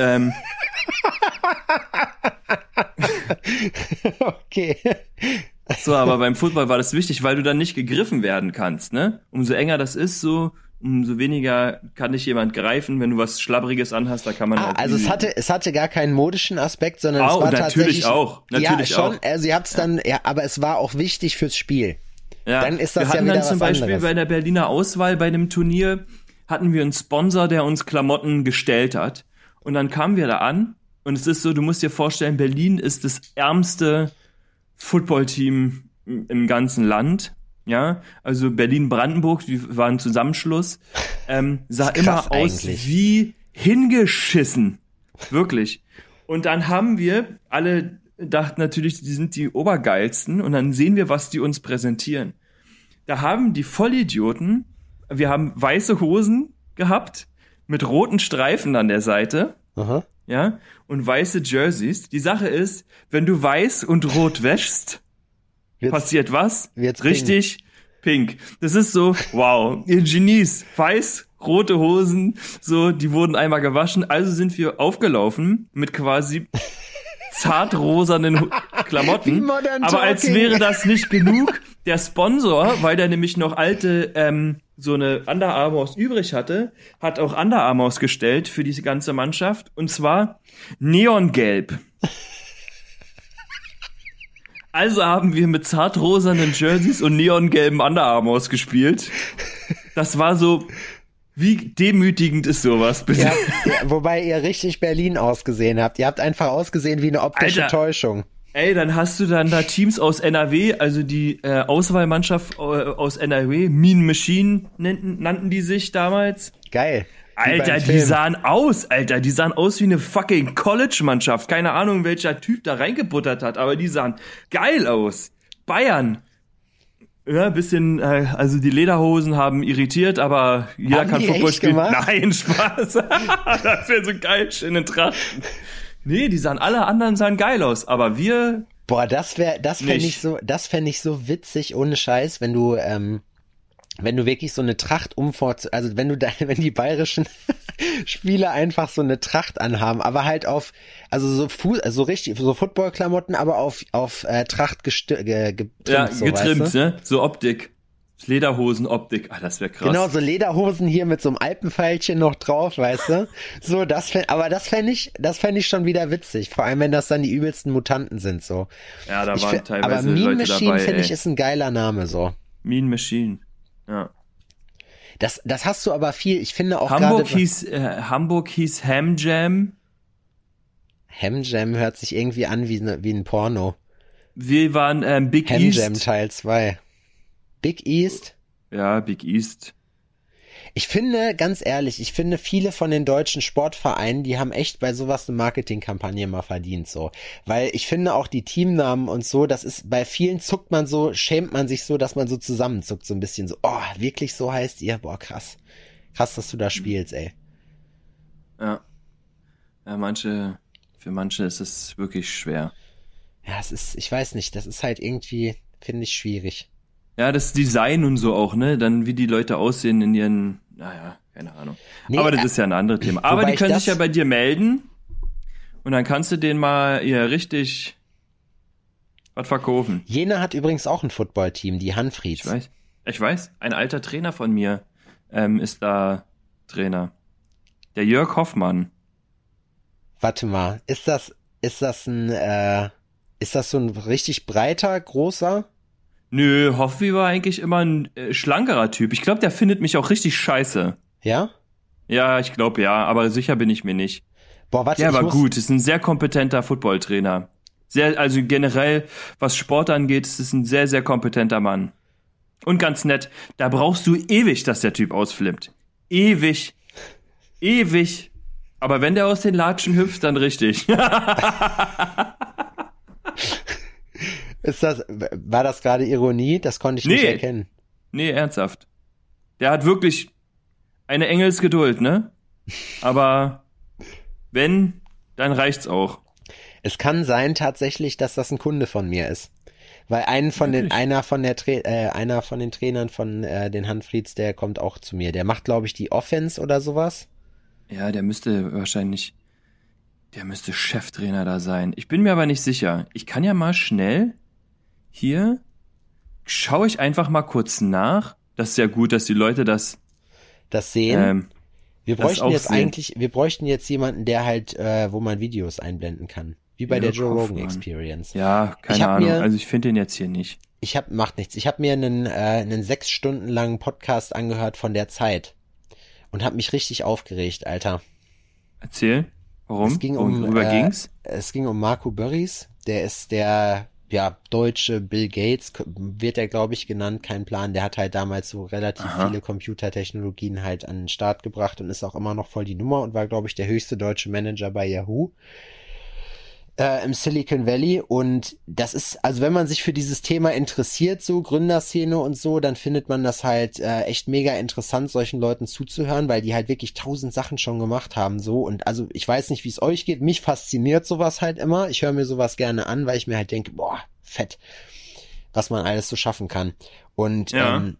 okay. So, aber beim Football war das wichtig, weil du dann nicht gegriffen werden kannst, ne? Umso enger das ist, so, umso weniger kann dich jemand greifen, wenn du was Schlabbriges anhast, da kann man halt also es hatte gar keinen modischen Aspekt, sondern es war natürlich tatsächlich auch. Natürlich ja, schon, auch. Also ihr habt's dann, ja, aber es war auch wichtig fürs Spiel. Ja. Dann ist das wir hatten ja wieder dann zum was Beispiel anderes. bei der Berliner Auswahl bei dem Turnier hatten wir einen Sponsor, der uns Klamotten gestellt hat. Und dann kamen wir da an und es ist so, du musst dir vorstellen, Berlin ist das ärmste Footballteam im ganzen Land, ja, also Berlin-Brandenburg, die waren Zusammenschluss, sah immer aus wie hingeschissen, wirklich. Und dann haben wir alle dachten natürlich, die sind die Obergeilsten und dann sehen wir, was die uns präsentieren. Da haben die Vollidioten, wir haben weiße Hosen gehabt mit roten Streifen an der Seite. Aha. Ja, und weiße Jerseys. Die Sache ist, wenn du weiß und rot wäschst, passiert was? Richtig pink. Das ist so, wow, ihr Genies, weiß, rote Hosen, so, die wurden einmal gewaschen, also sind wir aufgelaufen mit quasi zartrosanen Klamotten. Aber als wäre das nicht genug, der Sponsor, weil der nämlich noch alte so eine Under Armours übrig hatte, hat auch Under Armours gestellt für diese ganze Mannschaft und zwar neongelb. Also haben wir mit zartrosanen Jerseys und neongelben Under Armours gespielt. Das war so, wie demütigend ist sowas, bitte? Ja, wobei ihr richtig Berlin ausgesehen habt. Ihr habt einfach ausgesehen wie eine optische Täuschung. Ey, dann hast du dann da Teams aus NRW, also die Auswahlmannschaft aus NRW, Mean Machine nannten die sich damals. Geil. Alter, die sahen aus wie eine fucking College-Mannschaft. Keine Ahnung, welcher Typ da reingebuttert hat, aber die sahen geil aus. Bayern. Ja, bisschen, also die Lederhosen haben irritiert, aber jeder kann Football spielen. Nein, Spaß. Das wäre so geil, schöne Trachten. Nee, alle anderen sahen geil aus, aber wir. Boah, das fände ich so witzig, ohne Scheiß, wenn du wenn du wirklich so eine Tracht also wenn die bayerischen Spieler einfach so eine Tracht anhaben, aber halt also so richtig, so Football-Klamotten, aber auf Tracht getrimmt. Ja, so, getrimmt, weißt du? ne? So Optik. Lederhosen-Optik. Ah, das wäre krass. Genau, so Lederhosen hier mit so einem Alpenpfeilchen noch drauf, weißt du? So, das fände ich schon wieder witzig. Vor allem, wenn das dann die übelsten Mutanten sind, so. Ja, da waren teilweise aber Mean Leute Machine, dabei, finde ich, ist ein geiler Name, so. Mean Machine. Ja. Das hast du aber viel, ich finde auch Hamburg gerade... Hamburg hieß Ham Jam. Ham Jam hört sich irgendwie an wie ein Porno. Wir waren Big Ham East. Jam Teil 2. Big East? Ja, Big East. Ich finde, ganz ehrlich, viele von den deutschen Sportvereinen, die haben echt bei sowas eine Marketingkampagne mal verdient, so. Weil ich finde auch die Teamnamen und so, das ist, bei vielen schämt man sich so, dass man so zusammenzuckt, so ein bisschen so, oh, wirklich so heißt ihr? Boah, krass. Krass, dass du da spielst, ey. Ja. Ja, für manche ist es wirklich schwer. Ja, ich weiß nicht, das ist halt irgendwie, finde ich, schwierig. Ja, das Design und so auch, ne? Dann wie die Leute aussehen in ihren, naja, keine Ahnung. Nee, aber das ist ja ein anderes Thema. Aber die können sich ja bei dir melden und dann kannst du denen mal richtig was verkaufen. Jena hat übrigens auch ein Footballteam, die Hanfrieds. Ich weiß. Ein alter Trainer von mir ist da Trainer. Der Jörg Hoffmann. Warte mal, ist das so ein richtig breiter, großer? Nö, Hoffi war eigentlich immer ein schlankerer Typ. Ich glaube, der findet mich auch richtig scheiße. Ja? Ja, ich glaube ja, aber sicher bin ich mir nicht. Boah, warte, der war gut, ist ein sehr kompetenter Footballtrainer. Also generell, was Sport angeht, ist es ein sehr, sehr kompetenter Mann. Und ganz nett, da brauchst du ewig, dass der Typ ausflippt. Ewig. Aber wenn der aus den Latschen hüpft, dann richtig. War das gerade Ironie? Das konnte ich nicht erkennen. Nee, ernsthaft. Der hat wirklich eine Engelsgeduld, ne? Aber wenn, dann reicht's auch. Es kann sein tatsächlich, dass das ein Kunde von mir ist. Weil einer von den Trainern von den Hanfrieds, der kommt auch zu mir. Der macht, glaube ich, die Offense oder sowas. Ja, der müsste Cheftrainer da sein. Ich bin mir aber nicht sicher. Ich kann ja mal schnell hier, schaue ich einfach mal kurz nach. Das ist ja gut, dass die Leute das sehen. Wir bräuchten wir bräuchten jetzt jemanden, der halt, wo man Videos einblenden kann. Wie bei der Joe Rogan Experience. Ja, keine Ahnung. Also ich finde den jetzt hier nicht. Macht nichts. Ich habe mir einen 6 Stunden langen Podcast angehört von der Zeit und habe mich richtig aufgeregt, Alter. Erzähl. Warum? Worüber ging's? Es ging um Marco Börries. Der ist der deutsche Bill Gates, wird er, glaube ich, genannt, kein Plan. Der hat halt damals so relativ viele Computertechnologien halt an den Start gebracht und ist auch immer noch voll die Nummer und war, glaube ich, der höchste deutsche Manager bei Yahoo im Silicon Valley. Und das ist, also wenn man sich für dieses Thema interessiert, so Gründerszene und so, dann findet man das halt echt mega interessant, solchen Leuten zuzuhören, weil die halt wirklich 1000 Sachen schon gemacht haben, so. Und also ich weiß nicht, wie es euch geht, mich fasziniert sowas halt immer. Ich höre mir sowas gerne an, weil ich mir halt denke, boah, fett, was man alles so schaffen kann. Und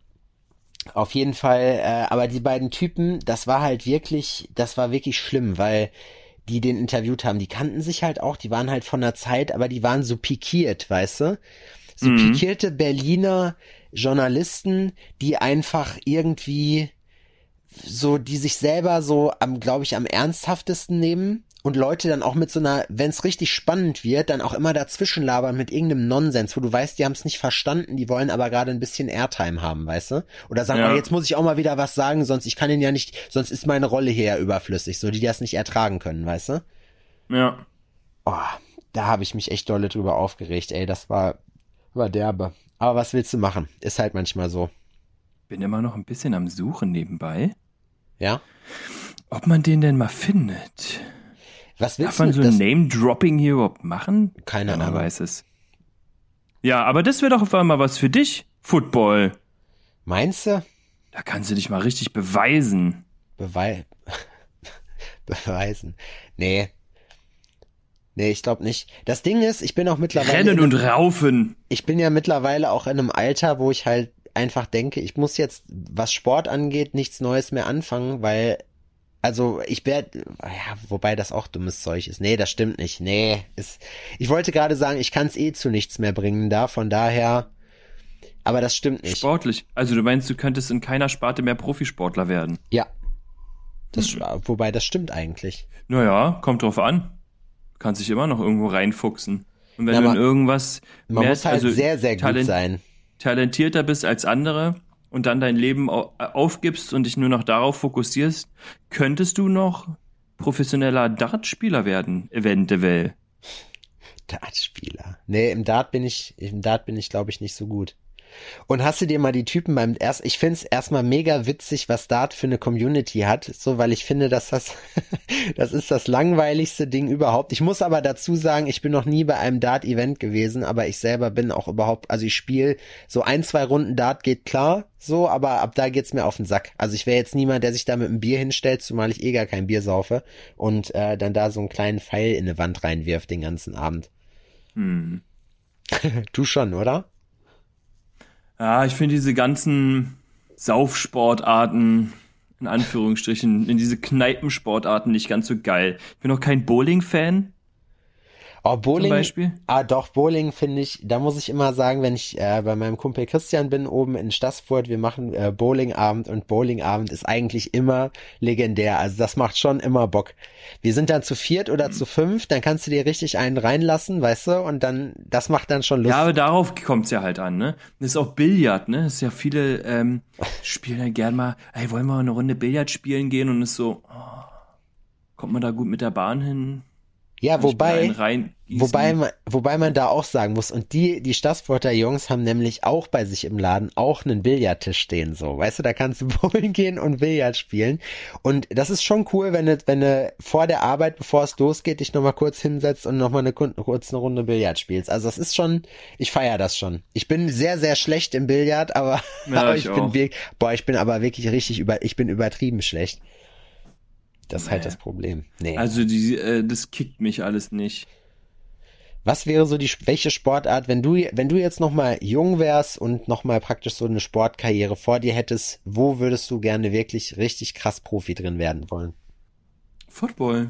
auf jeden Fall, aber die beiden Typen, das war wirklich schlimm, weil die den interviewt haben, die kannten sich halt auch, die waren halt von der Zeit, aber die waren so pikiert, weißt du? So pikierte Berliner Journalisten, die einfach irgendwie so, die sich selber so glaube ich, am ernsthaftesten nehmen und Leute dann auch mit so einer, wenn es richtig spannend wird, dann auch immer dazwischen labern mit irgendeinem Nonsens, wo du weißt, die haben es nicht verstanden, die wollen aber gerade ein bisschen Airtime haben, weißt du? Oder sagen, oh, jetzt muss ich auch mal wieder was sagen, sonst ich kann ihn ja nicht, sonst ist meine Rolle hier ja überflüssig, so die das nicht ertragen können, weißt du? Ja. Oh, da habe ich mich echt dolle drüber aufgeregt, ey, das war derbe. Aber was willst du machen? Ist halt manchmal so. Bin immer noch ein bisschen am Suchen nebenbei. Ja? Ob man den denn mal findet. Was willst Darf man du? so ein Name-Dropping hier überhaupt machen? Keine Ahnung. Keiner weiß es. Ja, aber das wäre doch auf einmal was für dich, Football. Meinst du? Da kannst du dich mal richtig beweisen. Beweisen? Nee, ich glaube nicht. Das Ding ist, ich bin auch mittlerweile... Rennen und raufen. Ich bin ja mittlerweile auch in einem Alter, wo ich halt einfach denke, ich muss jetzt, was Sport angeht, nichts Neues mehr anfangen, weil, also ich werde, ja, wobei das auch dummes Zeug ist. Nee, das stimmt nicht. Nee, ich wollte gerade sagen, ich kann es zu nichts mehr bringen da, von daher, aber das stimmt nicht. Sportlich. Also du meinst, du könntest in keiner Sparte mehr Profisportler werden? Ja. Wobei das stimmt eigentlich. Naja, kommt drauf an. Du kannst dich immer noch irgendwo reinfuchsen. Und wenn Na, du in irgendwas Man muss halt sehr, sehr gut sein. talentierter bist als andere und dann dein Leben aufgibst und dich nur noch darauf fokussierst, könntest du noch professioneller Dartspieler werden, eventuell. Dartspieler. Nee, im Dart bin ich, glaube ich, nicht so gut. Und hast du dir mal die Typen ich finde es erstmal mega witzig, was Dart für eine Community hat, so, weil ich finde, dass das ist das langweiligste Ding überhaupt. Ich muss aber dazu sagen, ich bin noch nie bei einem Dart-Event gewesen, aber ich selber bin auch überhaupt, also ich spiele so 1-2 Runden Dart geht klar, so, aber ab da geht's mir auf den Sack. Also ich wäre jetzt niemand, der sich da mit einem Bier hinstellt, zumal ich gar kein Bier saufe und dann da so einen kleinen Pfeil in eine Wand reinwirft den ganzen Abend. Du schon, oder? Ja, ich finde diese ganzen Saufsportarten, in Anführungsstrichen, in diese Kneipensportarten nicht ganz so geil. Ich bin auch kein Bowling-Fan. Oh, Bowling. Zum Beispiel? Doch, Bowling finde ich, da muss ich immer sagen, wenn ich bei meinem Kumpel Christian bin, oben in Stassfurt, wir machen Bowlingabend und Bowlingabend ist eigentlich immer legendär. Also das macht schon immer Bock. Wir sind dann zu 4 oder zu 5, dann kannst du dir richtig einen reinlassen, weißt du, und dann, das macht dann schon Lust. Ja, aber darauf kommt's ja halt an, ne? Das ist auch Billard, ne? Das ist ja viele spielen ja gern mal, ey, wollen wir mal eine Runde Billard spielen gehen und ist so, kommt man da gut mit der Bahn hin? Ja, wobei man da auch sagen muss, und die Stassfurter Jungs haben nämlich auch bei sich im Laden auch einen Billardtisch stehen, so, weißt du, da kannst du bowlen gehen und Billard spielen und das ist schon cool, wenn du vor der Arbeit, bevor es losgeht, dich nochmal kurz hinsetzt und nochmal kurz eine Runde Billard spielst, also das ist schon, ich feiere das schon. Ich bin sehr, sehr schlecht im Billard, aber, ja, aber ich bin aber wirklich ich bin übertrieben schlecht. Das ist halt das Problem. Nee. Also das kickt mich alles nicht. Was wäre so welche Sportart, wenn du jetzt nochmal jung wärst und nochmal praktisch so eine Sportkarriere vor dir hättest, wo würdest du gerne wirklich richtig krass Profi drin werden wollen? Football.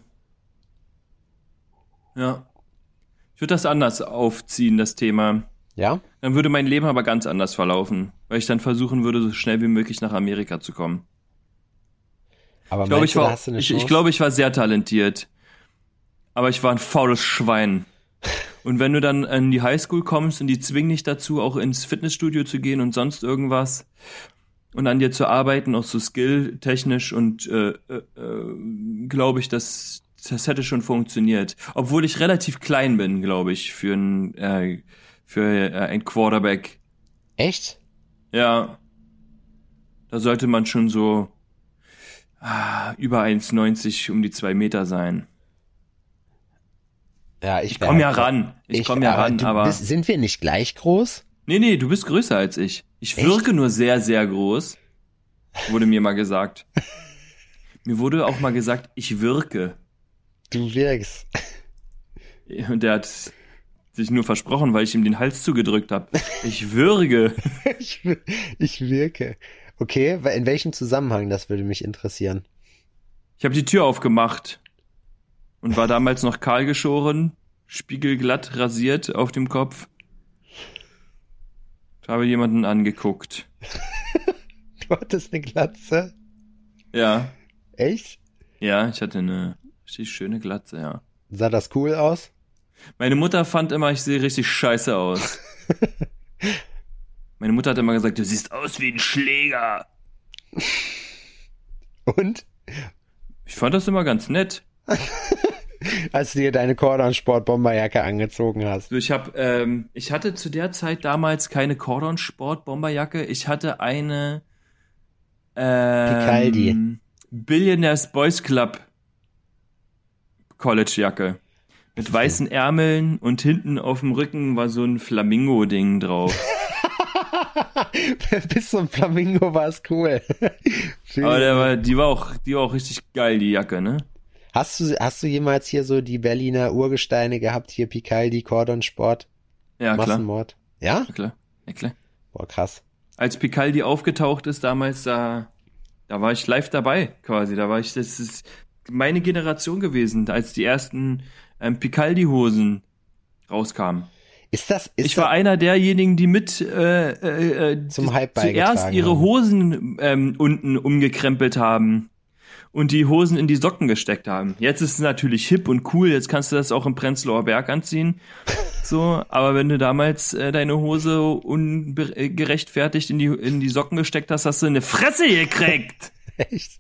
Ja. Ich würde das anders aufziehen, das Thema. Ja? Dann würde mein Leben aber ganz anders verlaufen, weil ich dann versuchen würde, so schnell wie möglich nach Amerika zu kommen. Aber ich glaube, ich war sehr talentiert. Aber ich war ein faules Schwein. Und wenn du dann in die Highschool kommst und die zwingen dich dazu, auch ins Fitnessstudio zu gehen und sonst irgendwas und an dir zu arbeiten, auch so skilltechnisch und glaube ich, das hätte schon funktioniert. Obwohl ich relativ klein bin, glaube ich, für ein Quarterback. Echt? Ja. Da sollte man schon so über 1,90 um die 2 Meter sein. Ja, ich komme ja ran. Aber sind wir nicht gleich groß? Nee, du bist größer als ich. Ich wirke nur sehr, sehr groß. Wurde mir mal gesagt. Mir wurde auch mal gesagt, ich wirke. Du wirkst. Und der hat sich nur versprochen, weil ich ihm den Hals zugedrückt habe. Ich würge. Ich wirke. Okay, in welchem Zusammenhang, das würde mich interessieren. Ich habe die Tür aufgemacht und war damals noch kahl geschoren, spiegelglatt rasiert auf dem Kopf. Ich habe jemanden angeguckt. Du hattest eine Glatze? Ja. Echt? Ja, ich hatte eine richtig schöne Glatze, ja. Sah das cool aus? Meine Mutter fand immer, ich sehe richtig scheiße aus. Meine Mutter hat immer gesagt, du siehst aus wie ein Schläger. Und? Ich fand das immer ganz nett. Als du dir deine Cordon-Sport-Bomberjacke angezogen hast. Ich hatte zu der Zeit damals keine Cordon-Sport-Bomberjacke. Ich hatte eine Picaldi. Billionaires Boys Club College-Jacke. Mit weißen Ärmeln und hinten auf dem Rücken war so ein Flamingo-Ding drauf. Bis zum Flamingo war es cool. Aber die war auch richtig geil, die Jacke, ne? Hast du jemals hier so die Berliner Urgesteine gehabt, hier Picaldi, Cordon Sport? Ja, Massenmord? Klar. Ja? Ja, klar. Boah, krass. als Picaldi aufgetaucht ist damals, da war ich live dabei quasi. Das ist meine Generation gewesen, als die ersten Picaldi-Hosen rauskamen. Ich war einer derjenigen, die mit zum Hype zuerst ihre haben. Hosen unten umgekrempelt haben und die Hosen in die Socken gesteckt haben. Jetzt ist es natürlich hip und cool, jetzt kannst du das auch im Prenzlauer Berg anziehen. So, aber wenn du damals deine Hose ungerechtfertigt in die Socken gesteckt hast, hast du eine Fresse gekriegt. Echt?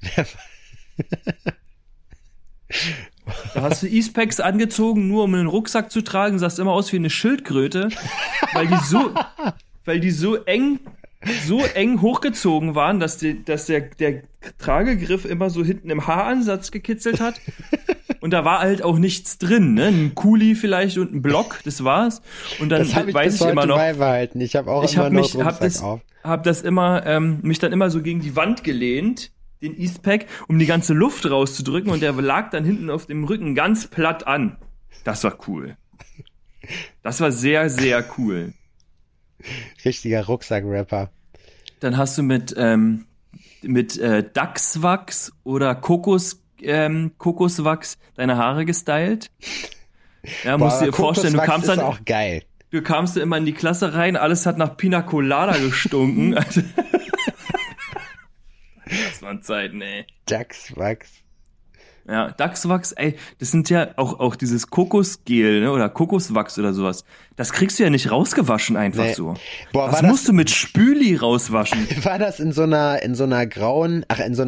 Da hast du Eastpacks angezogen, nur um einen Rucksack zu tragen, sahst immer aus wie eine Schildkröte, weil die so eng hochgezogen waren, dass der Tragegriff immer so hinten im Haaransatz gekitzelt hat. Und da war halt auch nichts drin, ne? Ein Kuli vielleicht und ein Block, das war's. Und dann das hab weiß ich immer noch. Beibehalten. Ich habe auch immer noch Rucksack auf. Hab das immer, mich dann immer so gegen die Wand gelehnt, den Eastpack, um die ganze Luft rauszudrücken, und der lag dann hinten auf dem Rücken ganz platt an. Das war cool. Das war sehr, sehr cool. Richtiger Rucksack-Rapper. Dann hast du mit Dachswachs oder Kokoswachs deine Haare gestylt. Ja, musst dir vorstellen, du kamst dann auch geil. Du kamst immer in die Klasse rein, alles hat nach Pina Colada gestunken. Das waren Zeiten, ey. Dachswachs. Ja, Dachswachs, ey, das sind ja auch dieses Kokosgel, ne, oder Kokoswachs oder sowas. Das kriegst du ja nicht rausgewaschen einfach so. Boah, das musst du mit Spüli rauswaschen. War das in so einer braunen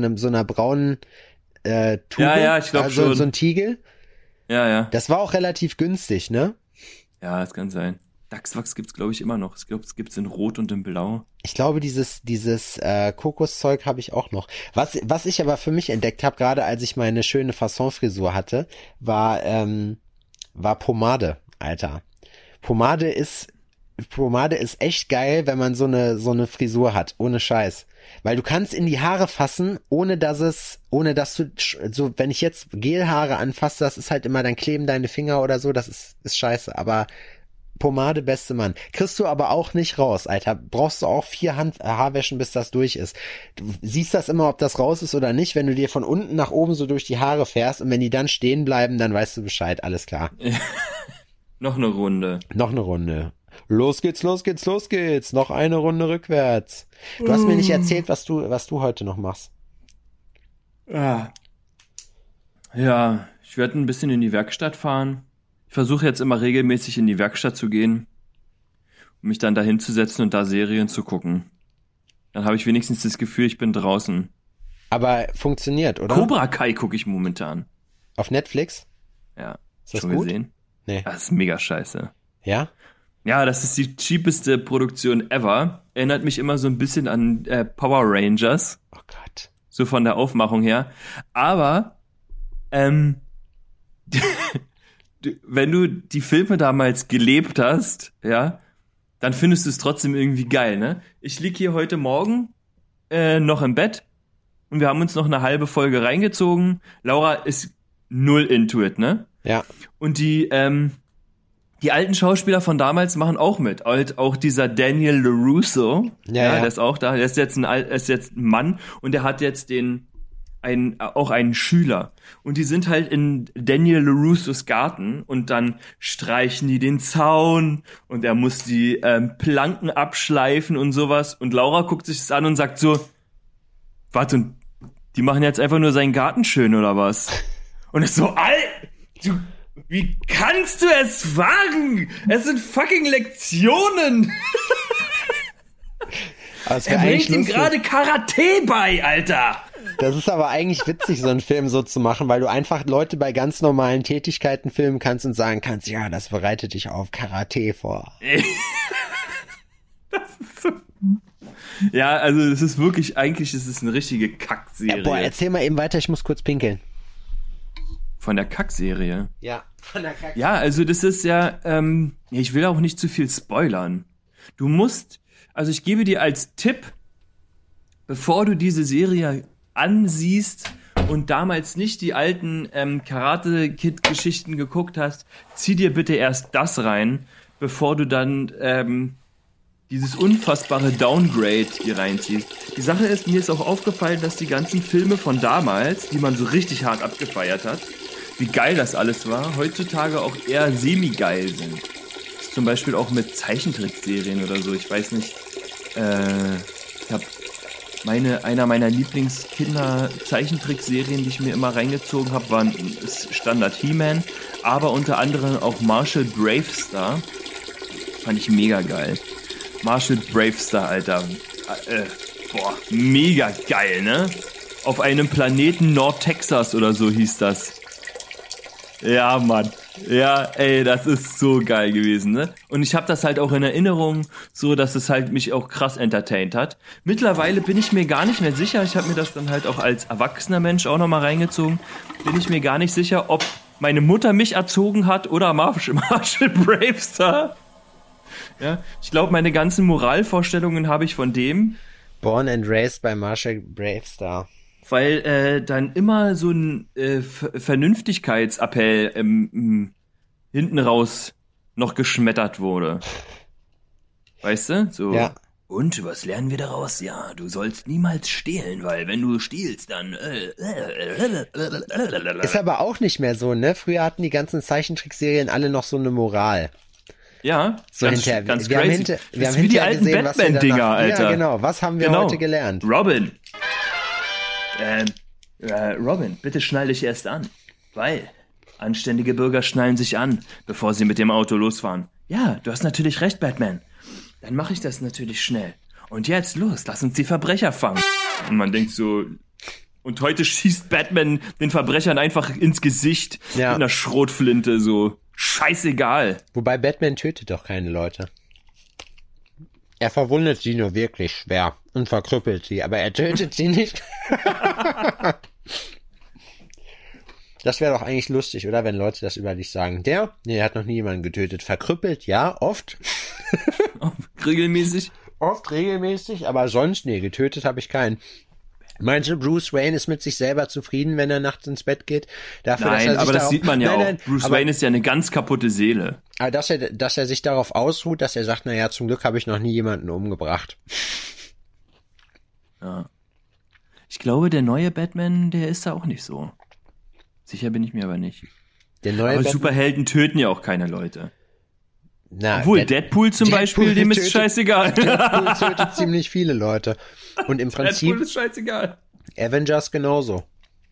Tube? Ja, ich glaube schon. So ein Tiegel? Ja. Das war auch relativ günstig, ne? Ja, das kann sein. Dachswachs gibt's, glaube ich, immer noch. Ich glaube, es gibt's in Rot und in Blau. Ich glaube, dieses Kokoszeug habe ich auch noch. Was ich aber für mich entdeckt habe, gerade als ich meine schöne Fasson-Frisur hatte, war Pomade, Alter. Pomade ist echt geil, wenn man so eine Frisur hat, ohne Scheiß. Weil du kannst in die Haare fassen, ohne dass du, so, wenn ich jetzt Gelhaare anfasse, das ist halt immer, dann kleben deine Finger oder so, das ist scheiße, aber Pomade, beste Mann. Kriegst du aber auch nicht raus, Alter. Brauchst du auch 4 Haarwäschen, bis das durch ist. Du siehst das immer, ob das raus ist oder nicht, wenn du dir von unten nach oben so durch die Haare fährst, und wenn die dann stehen bleiben, dann weißt du Bescheid, alles klar. Noch eine Runde. Los geht's. Noch eine Runde rückwärts. Du hast mir nicht erzählt, was du heute noch machst. Ja, ich werde ein bisschen in die Werkstatt fahren. Ich versuche jetzt immer regelmäßig in die Werkstatt zu gehen, um mich dann da hinzusetzen und da Serien zu gucken. Dann habe ich wenigstens das Gefühl, ich bin draußen. Aber funktioniert, oder? Cobra Kai gucke ich momentan. Auf Netflix? Ja. Ist das schon gut? Gesehen? Nee. Das ist mega scheiße. Ja? Ja, das ist die cheapeste Produktion ever. Erinnert mich immer so ein bisschen an Power Rangers. Oh Gott. So von der Aufmachung her. Aber, wenn du die Filme damals gelebt hast, ja, dann findest du es trotzdem irgendwie geil, ne? Ich lieg hier heute Morgen noch im Bett und wir haben uns noch eine halbe Folge reingezogen. Laura ist null into it, ne? Ja. Und die alten Schauspieler von damals machen auch mit. Auch dieser Daniel LaRusso, der ist auch da. Der ist jetzt ein Mann, und der hat jetzt auch einen Schüler. Und die sind halt in Daniel LaRussos Garten, und dann streichen die den Zaun und er muss die Planken abschleifen und sowas. Und Laura guckt sich das an und sagt so, warte, und die machen jetzt einfach nur seinen Garten schön oder was? Und ist so, wie kannst du es wagen? Es sind fucking Lektionen. Er bringt ihm gerade Karate bei, Alter. Das ist aber eigentlich witzig, so einen Film so zu machen, weil du einfach Leute bei ganz normalen Tätigkeiten filmen kannst und sagen kannst, ja, das bereitet dich auf Karate vor. Das ist so. Ja, also es ist wirklich, eigentlich ist es eine richtige Kackserie. Ja, boah, erzähl mal eben weiter, ich muss kurz pinkeln. Von der Kackserie? Ja, von der Kackserie. Ja, also das ist ja, ich will auch nicht zu viel spoilern. Also ich gebe dir als Tipp, bevor du diese Serie ansiehst und damals nicht die alten Karate-Kid-Geschichten geguckt hast, zieh dir bitte erst das rein, bevor du dann dieses unfassbare Downgrade hier reinziehst. Die Sache ist, mir ist auch aufgefallen, dass die ganzen Filme von damals, die man so richtig hart abgefeiert hat, wie geil das alles war, heutzutage auch eher semi-geil sind. Das ist zum Beispiel auch mit Zeichentrickserien oder so, ich weiß nicht. Ich habe einer meiner Lieblings-Kinder-Zeichentrickserien, die ich mir immer reingezogen habe, waren Standard He-Man, aber unter anderem auch Marshall Bravestar. Fand ich mega geil. Marshall Bravestar, Alter. Mega geil, ne? Auf einem Planeten Nord-Texas oder so hieß das. Ja, Mann. Ja, ey, das ist so geil gewesen, ne? Und ich habe das halt auch in Erinnerung, so dass es halt mich auch krass entertaint hat. Mittlerweile bin ich mir gar nicht mehr sicher, ich habe mir das dann halt auch als erwachsener Mensch auch nochmal reingezogen, bin ich mir gar nicht sicher, ob meine Mutter mich erzogen hat oder Marshall Bravestar. Ja, ich glaube, meine ganzen Moralvorstellungen habe ich von dem. Born and raised by Marshall Bravestar. Weil dann immer so ein Vernünftigkeitsappell hinten raus noch geschmettert wurde. Weißt du? So. Ja. Und was lernen wir daraus? Ja, du sollst niemals stehlen, weil wenn du stiehlst, dann... Ist aber auch nicht mehr so, ne? Früher hatten die ganzen Zeichentrickserien alle noch so eine Moral. Ja, so ganz hinterher. Ganz wir haben crazy. wir haben wie die alten gesehen, Batman-Dinger, Alter. Ja, genau. Was haben wir heute gelernt? Robin. Robin, bitte schnall dich erst an. Weil anständige Bürger schnallen sich an, bevor sie mit dem Auto losfahren. Ja, du hast natürlich recht, Batman. Dann mache ich das natürlich schnell. Und jetzt los, lass uns die Verbrecher fangen. Und man denkt so... Und heute schießt Batman den Verbrechern einfach ins Gesicht mit einer Schrotflinte, so. Scheißegal. Wobei Batman tötet doch keine Leute. Er verwundet sie nur wirklich schwer und verkrüppelt sie, aber er tötet sie nicht. Das wäre doch eigentlich lustig, oder? Wenn Leute das über dich sagen. Der hat noch nie jemanden getötet. Verkrüppelt, ja, oft. Regelmäßig? Oft, regelmäßig, aber sonst, getötet habe ich keinen. Meinst du, Bruce Wayne ist mit sich selber zufrieden, wenn er nachts ins Bett geht? Dafür, nein, dass er sich aber das sieht man ja auch. Bruce Wayne ist ja eine ganz kaputte Seele. Aber dass er sich darauf ausruht, dass er sagt, naja, zum Glück habe ich noch nie jemanden umgebracht. Ja. Ich glaube, der neue Batman, der ist da auch nicht so. Sicher bin ich mir aber nicht. Der neue aber Batman? Superhelden töten ja auch keine Leute. Na, obwohl, Deadpool zum Beispiel, dem ist scheißegal. Deadpool tötet ziemlich viele Leute. Und im Prinzip... Deadpool ist scheißegal. Avengers genauso.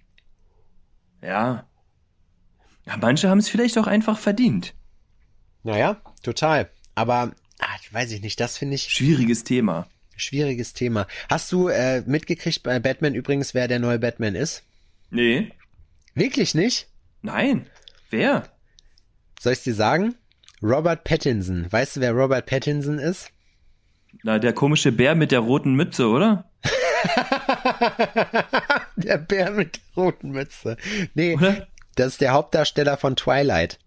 Ja. Ja, manche haben es vielleicht auch einfach verdient. Naja, total. Aber, weiß ich nicht, das finde ich... Schwieriges Thema. Hast du mitgekriegt bei Batman übrigens, wer der neue Batman ist? Nee. Wirklich nicht? Nein. Wer? Soll ich dir sagen? Robert Pattinson. Weißt du, wer Robert Pattinson ist? Na, der komische Bär mit der roten Mütze, oder? Der Bär mit der roten Mütze. Nee, oder? Das ist der Hauptdarsteller von Twilight.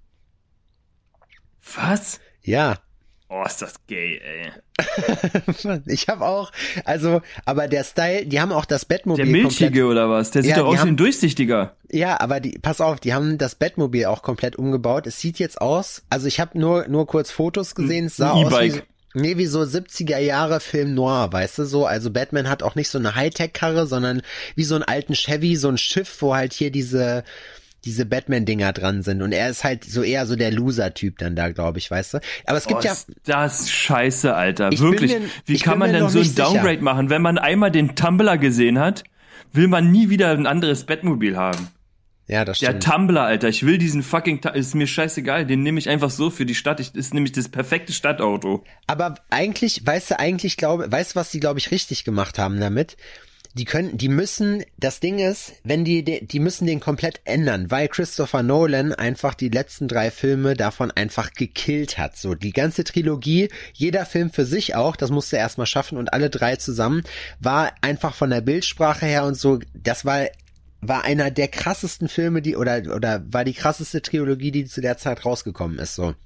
Was? Ja. Oh, ist das gay, ey. Ich habe auch, aber der Style, die haben auch das Batmobil der milchige komplett, oder was? Der sieht doch aus wie ein durchsichtiger. Ja, aber pass auf, die haben das Batmobil auch komplett umgebaut. Es sieht jetzt aus, also ich habe nur kurz Fotos gesehen, es sah aus wie so 70er Jahre Film Noir, weißt du, so, also Batman hat auch nicht so eine Hightech-Karre, sondern wie so einen alten Chevy, so ein Schiff, wo halt hier diese Batman-Dinger dran sind. Und er ist halt so eher so der Loser-Typ dann da, glaube ich, weißt du? Aber es gibt ist das scheiße, Alter. Wirklich. Wie kann man denn so ein Downgrade machen? Wenn man einmal den Tumblr gesehen hat, will man nie wieder ein anderes Batmobil haben. Ja, das stimmt. Der Tumblr, Alter. Ich will diesen fucking... Ist mir scheißegal. Den nehme ich einfach so für die Stadt. Ist nämlich das perfekte Stadtauto. Aber eigentlich, weißt du, was die, glaube ich, richtig gemacht haben damit? Das Ding ist, wenn die müssen den komplett ändern, weil Christopher Nolan einfach die letzten 3 Filme davon einfach gekillt hat. So, die ganze Trilogie, jeder Film für sich auch, das musste er erstmal schaffen und alle 3 zusammen, war einfach von der Bildsprache her und so, das war einer der krassesten Filme, oder war die krasseste Trilogie, die zu der Zeit rausgekommen ist, so.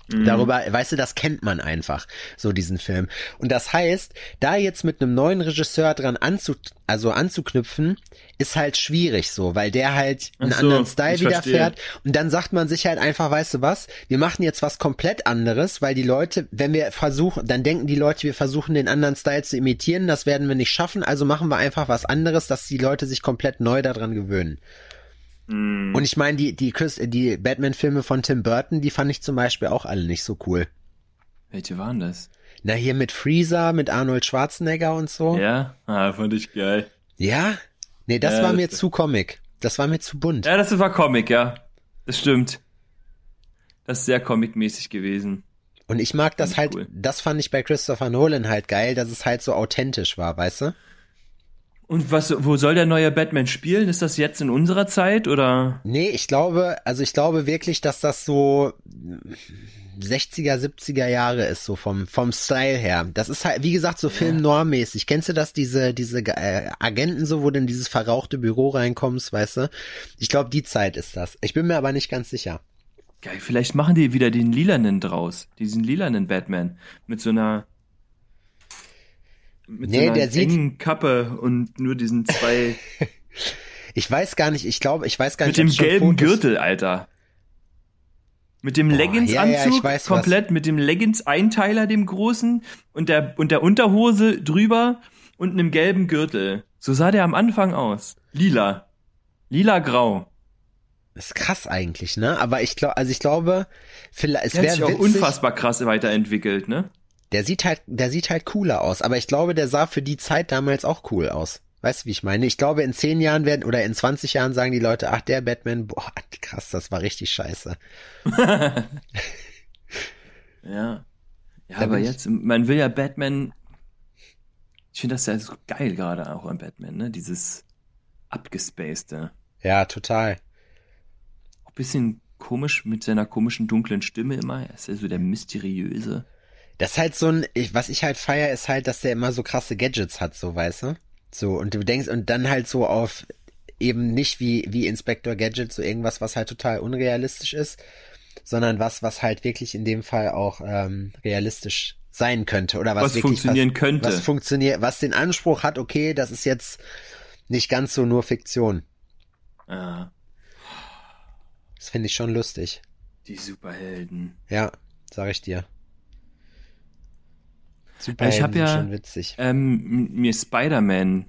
Darüber, weißt du, das kennt man einfach, so diesen Film. Und das heißt, da jetzt mit einem neuen Regisseur dran anzuknüpfen, ist halt schwierig so, weil der halt einen anderen Style wieder fährt. Und dann sagt man sich halt einfach, weißt du was, wir machen jetzt was komplett anderes, weil die Leute, wenn wir versuchen, dann denken die Leute, wir versuchen den anderen Style zu imitieren, das werden wir nicht schaffen, also machen wir einfach was anderes, dass die Leute sich komplett neu daran gewöhnen. Und ich meine, die Batman-Filme von Tim Burton, die fand ich zum Beispiel auch alle nicht so cool. Welche waren das? Na, hier mit Freezer, mit Arnold Schwarzenegger und so. Ja? Fand ich geil. Ja? Nee, das war mir zu Comic. Das war mir zu bunt. Ja, das war Comic, ja. Das stimmt. Das ist sehr comic-mäßig gewesen. Und ich mag das halt, cool. Das fand ich bei Christopher Nolan halt geil, dass es halt so authentisch war, weißt du? Und wo soll der neue Batman spielen? Ist das jetzt in unserer Zeit oder? Nee, ich glaube wirklich, dass das so 60er, 70er Jahre ist, so vom Style her. Das ist halt, wie gesagt, so Film-Noir-mäßig. Kennst du das, diese Agenten so, wo du in dieses verrauchte Büro reinkommst, weißt du? Ich glaube, die Zeit ist das. Ich bin mir aber nicht ganz sicher. Geil, vielleicht machen die wieder den lilanen draus. Diesen lilanen Batman. Mit so einer engen Kappe und nur diesen zwei. Ich weiß gar nicht. Mit dem gelben Gürtel, Alter. Mit dem Leggings-Anzug, komplett, mit dem Leggings-Einteiler, dem großen, und der Unterhose drüber und einem gelben Gürtel. So sah der am Anfang aus. Lila-grau. Das ist krass eigentlich, ne? Aber ich glaube, vielleicht, es wäre witzig. Der hat sich auch unfassbar krass weiterentwickelt, ne? Der sieht halt cooler aus, aber ich glaube, der sah für die Zeit damals auch cool aus. Weißt du, wie ich meine? Ich glaube, in 10 Jahren oder in 20 Jahren sagen die Leute, ach, der Batman, boah, krass, das war richtig scheiße. Ja, aber jetzt, man will ja Batman, ich finde das ja so geil gerade auch an Batman, ne? Dieses abgespacede. Ja, total. Auch ein bisschen komisch mit seiner komischen dunklen Stimme immer. Er ist ja so der mysteriöse. Das ist halt was ich halt feier, ist halt, dass der immer so krasse Gadgets hat, so, weißt du? So, und du denkst, und dann halt so auf eben nicht wie Inspector Gadget, so irgendwas, was halt total unrealistisch ist, sondern was halt wirklich in dem Fall auch realistisch sein könnte oder was wirklich funktionieren könnte. Was den Anspruch hat, okay, das ist jetzt nicht ganz so nur Fiktion. Ah. Das finde ich schon lustig. Die Superhelden. Ja, sag ich dir. Ich habe ja schon witzig. Mir Spider-Man,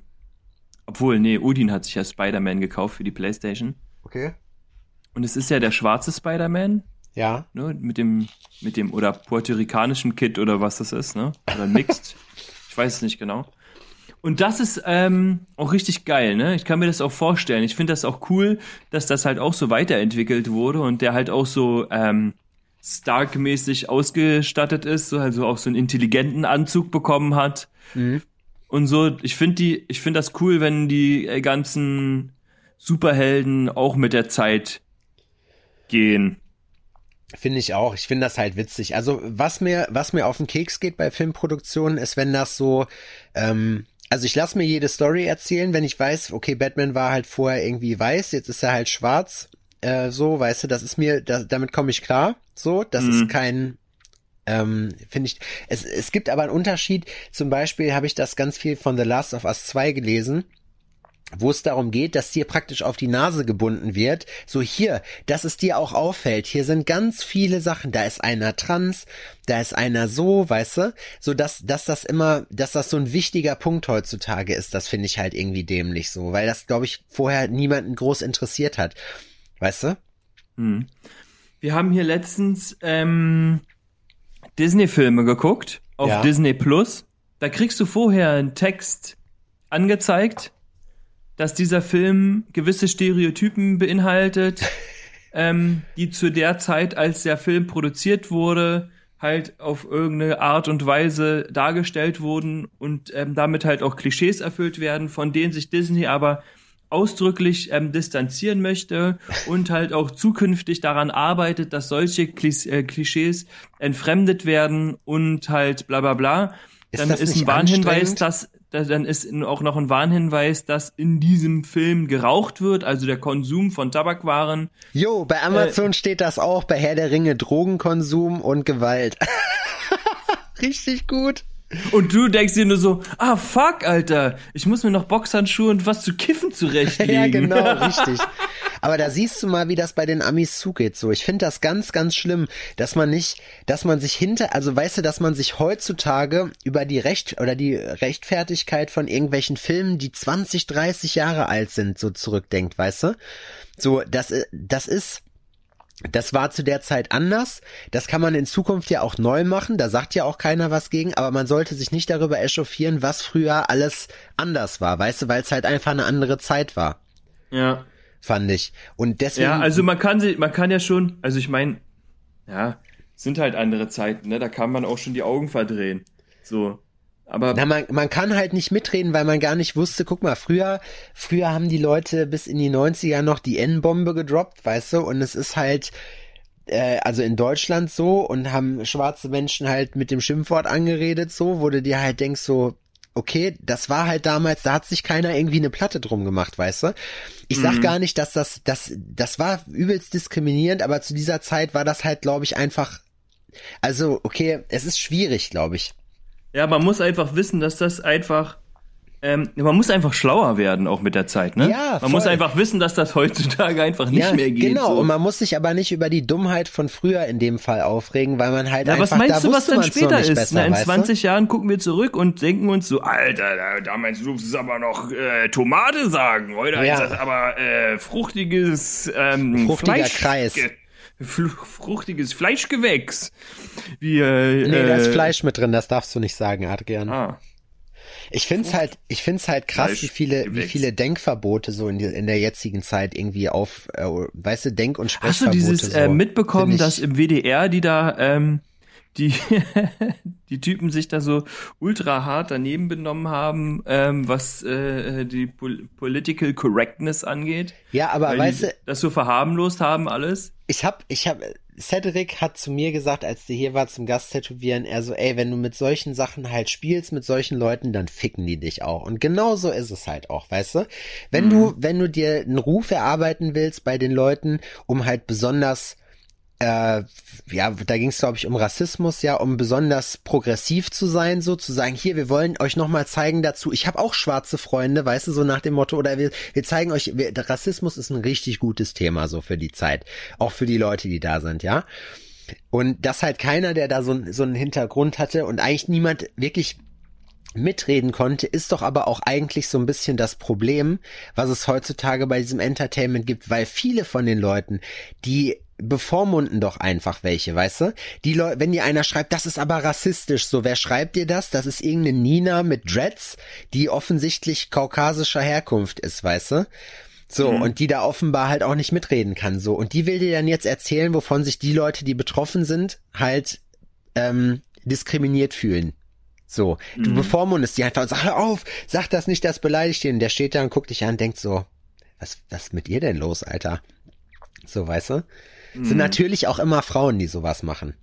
Odin hat sich ja Spider-Man gekauft für die PlayStation. Okay. Und es ist ja der schwarze Spider-Man. Ja. Ne, mit dem oder puerto-ricanischen Kid oder was das ist, ne? Oder Mixed. Ich weiß es nicht genau. Und das ist auch richtig geil, ne? Ich kann mir das auch vorstellen. Ich finde das auch cool, dass das halt auch so weiterentwickelt wurde und der halt auch so Stark-mäßig ausgestattet ist, so also auch so einen intelligenten Anzug bekommen hat. Mhm. Und so, ich finde das cool, wenn die ganzen Superhelden auch mit der Zeit gehen. Finde ich auch. Ich finde das halt witzig. Also was mir auf den Keks geht bei Filmproduktionen ist, wenn das so, also ich lasse mir jede Story erzählen, wenn ich weiß, okay, Batman war halt vorher irgendwie weiß, jetzt ist er halt schwarz. So, weißt du, das ist damit komme ich klar. So, das ist kein, finde ich, es gibt aber einen Unterschied. Zum Beispiel habe ich das ganz viel von The Last of Us 2 gelesen, wo es darum geht, dass dir praktisch auf die Nase gebunden wird. So hier, dass es dir auch auffällt. Hier sind ganz viele Sachen. Da ist einer trans, da ist einer so, weißt du? So, dass das so ein wichtiger Punkt heutzutage ist, das finde ich halt irgendwie dämlich so, weil das, glaube ich, vorher niemanden groß interessiert hat. Weißt du? Wir haben hier letztens Disney-Filme geguckt auf Disney Plus. Da kriegst du vorher einen Text angezeigt, dass dieser Film gewisse Stereotypen beinhaltet, die zu der Zeit, als der Film produziert wurde, halt auf irgendeine Art und Weise dargestellt wurden und damit halt auch Klischees erfüllt werden, von denen sich Disney aber ausdrücklich distanzieren möchte und halt auch zukünftig daran arbeitet, dass solche Klischees entfremdet werden und halt bla bla bla. Dann ist ein Warnhinweis, dass dann ist auch noch ein Warnhinweis, dass in diesem Film geraucht wird, also der Konsum von Tabakwaren. Jo, bei Amazon steht das auch, bei Herr der Ringe Drogenkonsum und Gewalt. Richtig gut. Und du denkst dir nur so, fuck, Alter, ich muss mir noch Boxhandschuhe und was zu kiffen zurechtlegen. Ja, genau, richtig. Aber da siehst du mal, wie das bei den Amis zugeht, so. Ich finde das ganz, ganz schlimm, dass man sich dass man sich heutzutage über die Rechtfertigkeit von irgendwelchen Filmen, die 20, 30 Jahre alt sind, so zurückdenkt, weißt du? So, das war zu der Zeit anders. Das kann man in Zukunft ja auch neu machen. Da sagt ja auch keiner was gegen. Aber man sollte sich nicht darüber echauffieren, was früher alles anders war. Weißt du, weil es halt einfach eine andere Zeit war. Ja. Fand ich. Und deswegen. Ja, also man kann ja schon, also ich meine, ja, sind halt andere Zeiten, ne? Da kann man auch schon die Augen verdrehen. So. Aber man kann halt nicht mitreden, weil man gar nicht wusste, guck mal, früher haben die Leute bis in die 90er noch die N-Bombe gedroppt, weißt du, und es ist halt, also in Deutschland so, und haben schwarze Menschen halt mit dem Schimpfwort angeredet, so, wo du dir halt denkst, so, okay, das war halt damals, da hat sich keiner irgendwie eine Platte drum gemacht, weißt du. Ich sag gar nicht, dass das war übelst diskriminierend, aber zu dieser Zeit war das halt, glaube ich, einfach, also, okay, es ist schwierig, glaube ich. ja, man muss einfach wissen, dass das einfach, man muss einfach schlauer werden, auch mit der Zeit, ne? Ja, voll. Man muss einfach wissen, dass das heutzutage einfach nicht mehr geht. Genau, so. und man muss sich aber nicht über die Dummheit von früher in dem Fall aufregen, weil man halt Ja, einfach, was meinst da du, was wusste dann man's noch später nicht ist? besser, Na, in weißt 20 Jahren gucken wir zurück und denken uns so, Alter, damals durfte es aber noch Tomate sagen. Heute Ja. ist das aber fruchtiges Fruchtiger Fleisch. Kreis. Fruchtiges Fleischgewächs. Wie, Nee, da ist Fleisch mit drin, das darfst du nicht sagen, Adrian. Ah. Ich find's halt krass, wie viele Denkverbote so in der jetzigen Zeit irgendwie weißt du, Denk- und Hast du Sprechverbote. dieses so, mitbekommen, find ich- dass im WDR die da die Typen sich da so ultra hart daneben benommen haben, was die Political Correctness angeht? Ja, aber Weil weißt die du, das so verharmlost haben alles? Cedric hat zu mir gesagt, als der hier war zum Gasttätowieren, er so, ey, wenn du mit solchen Sachen halt spielst, mit solchen Leuten, dann ficken die dich auch. Und genau so ist es halt auch, weißt du? Wenn du dir einen Ruf erarbeiten willst bei den Leuten, um halt besonders, da ging es, glaube ich, um Rassismus, ja, um besonders progressiv zu sein, so zu sagen, hier, wir wollen euch nochmal zeigen dazu, ich habe auch schwarze Freunde, weißt du, so nach dem Motto, oder wir zeigen euch, Rassismus ist ein richtig gutes Thema so für die Zeit, auch für die Leute, die da sind, ja. Und dass halt keiner, der da so einen Hintergrund hatte und eigentlich niemand wirklich mitreden konnte, ist doch aber auch eigentlich so ein bisschen das Problem, was es heutzutage bei diesem Entertainment gibt, weil viele von den Leuten, die bevormunden doch einfach welche, weißt du? Die Leute, wenn dir einer schreibt, das ist aber rassistisch, so, wer schreibt dir das? Das ist irgendeine Nina mit Dreads, die offensichtlich kaukasischer Herkunft ist, weißt du? So, und die da offenbar halt auch nicht mitreden kann, so. Und die will dir dann jetzt erzählen, wovon sich die Leute, die betroffen sind, halt diskriminiert fühlen. So, du bevormundest die einfach und sag, hör auf, sag das nicht, das beleidigt ihn. Der steht da und guckt dich an und denkt so, was ist mit ihr denn los, Alter? So, weißt du? Sind natürlich auch immer Frauen, die sowas machen.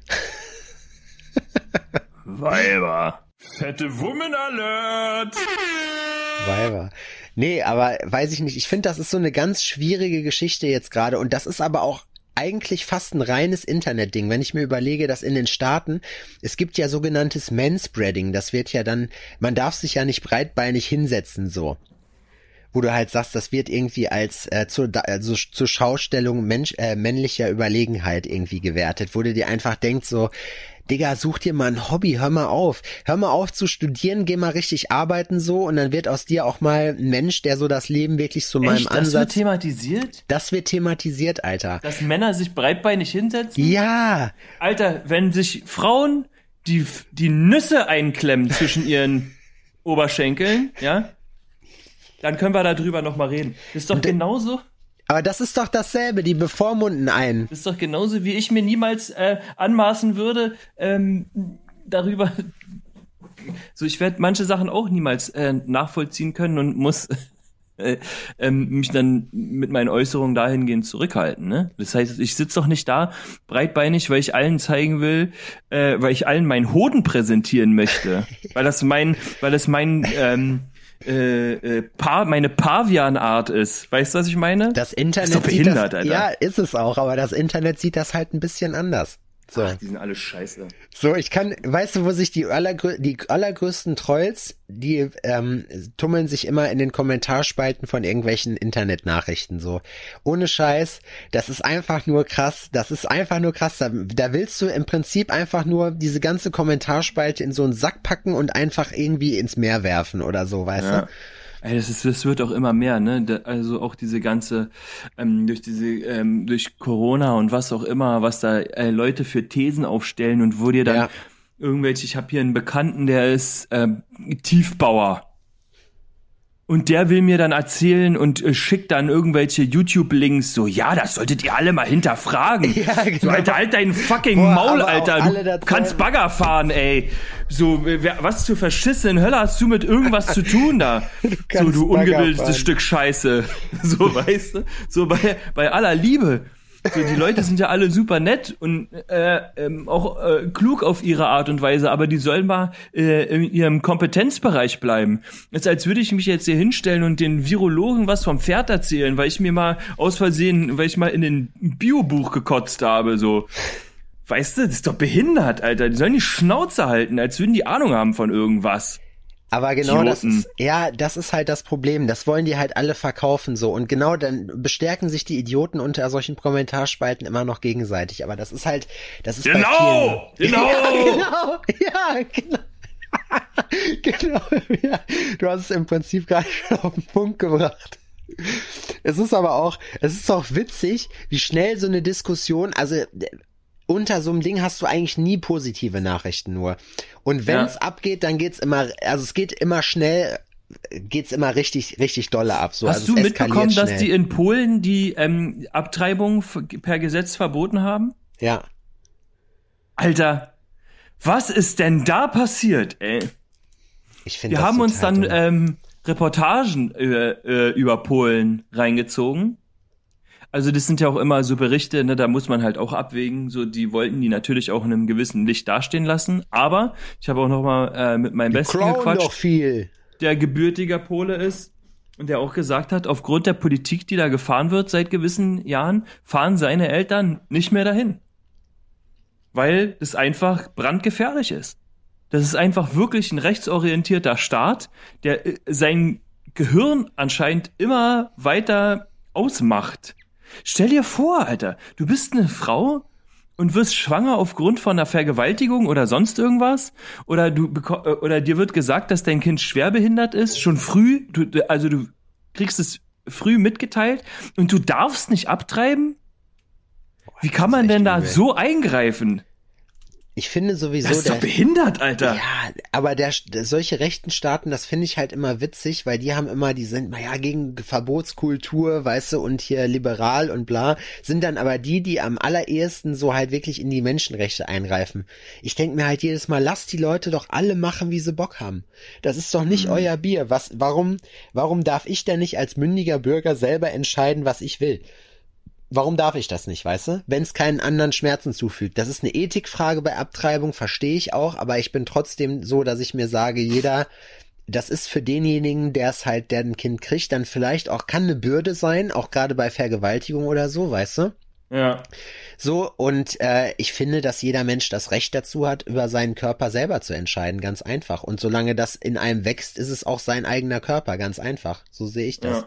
Weiber. Fette Woman Alert! Weiber. Nee, aber weiß ich nicht. Ich finde, das ist so eine ganz schwierige Geschichte jetzt gerade. Und das ist aber auch eigentlich fast ein reines Internetding. Wenn ich mir überlege, dass in den Staaten, es gibt ja sogenanntes Manspreading. Das wird ja dann, man darf sich ja nicht breitbeinig hinsetzen, so. Wo du halt sagst, das wird irgendwie als zur Schaustellung männlicher Überlegenheit irgendwie gewertet, wo du dir einfach denkst so, Digga, such dir mal ein Hobby, hör mal auf zu studieren, geh mal richtig arbeiten so und dann wird aus dir auch mal ein Mensch, der so das Leben wirklich zu meinem Ansatz... Das wird thematisiert? Das wird thematisiert, Alter. Dass Männer sich breitbeinig hinsetzen? Ja! Alter, wenn sich Frauen die Nüsse einklemmen zwischen ihren Oberschenkeln, ja, dann können wir darüber nochmal reden. Das ist doch genauso... Aber das ist doch dasselbe, die bevormunden einen. Das ist doch genauso, wie ich mir niemals anmaßen würde, darüber... So, ich werde manche Sachen auch niemals nachvollziehen können und muss mich dann mit meinen Äußerungen dahingehend zurückhalten. Ne? Das heißt, ich sitze doch nicht da breitbeinig, weil ich allen zeigen will, weil ich allen meinen Hoden präsentieren möchte, weil das meine Pavianart ist. Weißt du, was ich meine? Das Internet ist doch behindert, Alter. Ja, ist es auch, aber das Internet sieht das halt ein bisschen anders. So. Ach, die sind alle scheiße. So, weißt du, wo sich die allergrößten Trolls, die tummeln sich immer in den Kommentarspalten von irgendwelchen Internetnachrichten, so. Ohne Scheiß, das ist einfach nur krass, da willst du im Prinzip einfach nur diese ganze Kommentarspalte in so einen Sack packen und einfach irgendwie ins Meer werfen oder so, weißt du? Ey, das wird auch immer mehr, ne? Also auch diese ganze, durch Corona und was auch immer, was da Leute für Thesen aufstellen und wo dir dann ich habe hier einen Bekannten, der ist Tiefbauer. Und der will mir dann erzählen und schickt dann irgendwelche YouTube-Links, so, ja, das solltet ihr alle mal hinterfragen. Ja, genau. So, Alter, halt deinen fucking Maul, Alter. Du kannst Bagger fahren, ey. So, was zur verschissenen Hölle hast du mit irgendwas zu tun da? Du ungebildetes Stück Scheiße. So, weißt du? So, bei aller Liebe. So, die Leute sind ja alle super nett und auch klug auf ihre Art und Weise, aber die sollen mal in ihrem Kompetenzbereich bleiben. Es ist, als würde ich mich jetzt hier hinstellen und den Virologen was vom Pferd erzählen, weil ich mal in den Biobuch gekotzt habe, so. Weißt du, das ist doch behindert, Alter. Die sollen die Schnauze halten, als würden die Ahnung haben von irgendwas. Aber genau das ist halt das Problem. Das wollen die halt alle verkaufen so. Und genau dann bestärken sich die Idioten unter solchen Kommentarspalten immer noch gegenseitig. Aber das ist bei vielen. Genau! Ja, genau. Genau. Ja. Du hast es im Prinzip gerade schon auf den Punkt gebracht. Es ist auch witzig, wie schnell so eine Diskussion, also unter so einem Ding hast du eigentlich nie positive Nachrichten nur. Und wenn es abgeht, dann geht's immer schnell, geht's immer richtig, richtig dolle ab. So. Hast du mitbekommen, dass die in Polen die Abtreibung per Gesetz verboten haben? Ja. Alter, was ist denn da passiert, ey? Wir haben uns dann Reportagen über Polen reingezogen. Also das sind ja auch immer so Berichte, ne, da muss man halt auch abwägen, so die wollten die natürlich auch in einem gewissen Licht dastehen lassen, aber ich habe auch noch mal mit meinem Besten gequatscht, der gebürtiger Pole ist und der auch gesagt hat, aufgrund der Politik, die da gefahren wird seit gewissen Jahren, fahren seine Eltern nicht mehr dahin, weil das einfach brandgefährlich ist. Das ist einfach wirklich ein rechtsorientierter Staat, der sein Gehirn anscheinend immer weiter ausmacht. Stell dir vor, Alter, du bist eine Frau und wirst schwanger aufgrund von einer Vergewaltigung oder sonst irgendwas oder dir wird gesagt, dass dein Kind schwerbehindert ist, schon früh, du kriegst es früh mitgeteilt und du darfst nicht abtreiben? Wie kann man denn da so eingreifen? Ich finde sowieso... Das ist doch behindert, Alter. Ja, aber solche rechten Staaten, das finde ich halt immer witzig, weil die sind, naja, gegen Verbotskultur, weißt du, und hier liberal und bla, sind dann aber die am allerersten so halt wirklich in die Menschenrechte eingreifen. Ich denke mir halt jedes Mal, lasst die Leute doch alle machen, wie sie Bock haben. Das ist doch nicht euer Bier. Warum darf ich denn nicht als mündiger Bürger selber entscheiden, was ich will? Warum darf ich das nicht, weißt du? Wenn es keinen anderen Schmerzen zufügt. Das ist eine Ethikfrage bei Abtreibung, verstehe ich auch, aber ich bin trotzdem so, dass ich mir sage, das ist für denjenigen, der ein Kind kriegt, dann vielleicht auch, kann eine Bürde sein, auch gerade bei Vergewaltigung oder so, weißt du? Ja. So, und ich finde, dass jeder Mensch das Recht dazu hat, über seinen Körper selber zu entscheiden, ganz einfach. Und solange das in einem wächst, ist es auch sein eigener Körper, ganz einfach. So sehe ich das. Ja.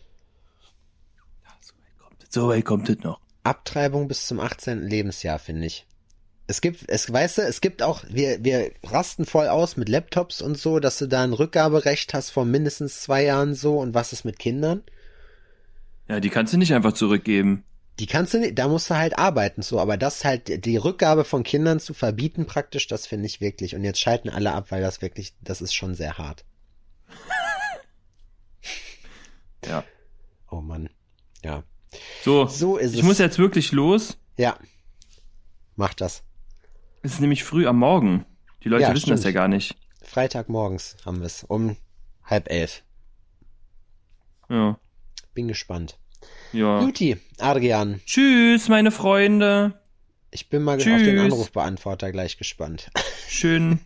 So weit kommt es noch. Abtreibung bis zum 18. Lebensjahr, finde ich. Es gibt auch, wir rasten voll aus mit Laptops und so, dass du da ein Rückgaberecht hast von mindestens 2 Jahren so, und was ist mit Kindern? Ja, die kannst du nicht einfach zurückgeben. Die kannst du nicht, da musst du halt arbeiten so, aber das halt, die Rückgabe von Kindern zu verbieten praktisch, das finde ich wirklich, und jetzt schalten alle ab, weil das ist schon sehr hart. Ja. Oh Mann, ja. So ist es. Ich muss jetzt wirklich los. Ja, mach das. Es ist nämlich früh am Morgen. Die Leute wissen das ja gar nicht. Freitagmorgens haben wir es, um 10:30. Ja. Bin gespannt. Ja. Juti, Adrian. Tschüss, meine Freunde. Ich bin mal auf den Anrufbeantworter gleich gespannt. Schönen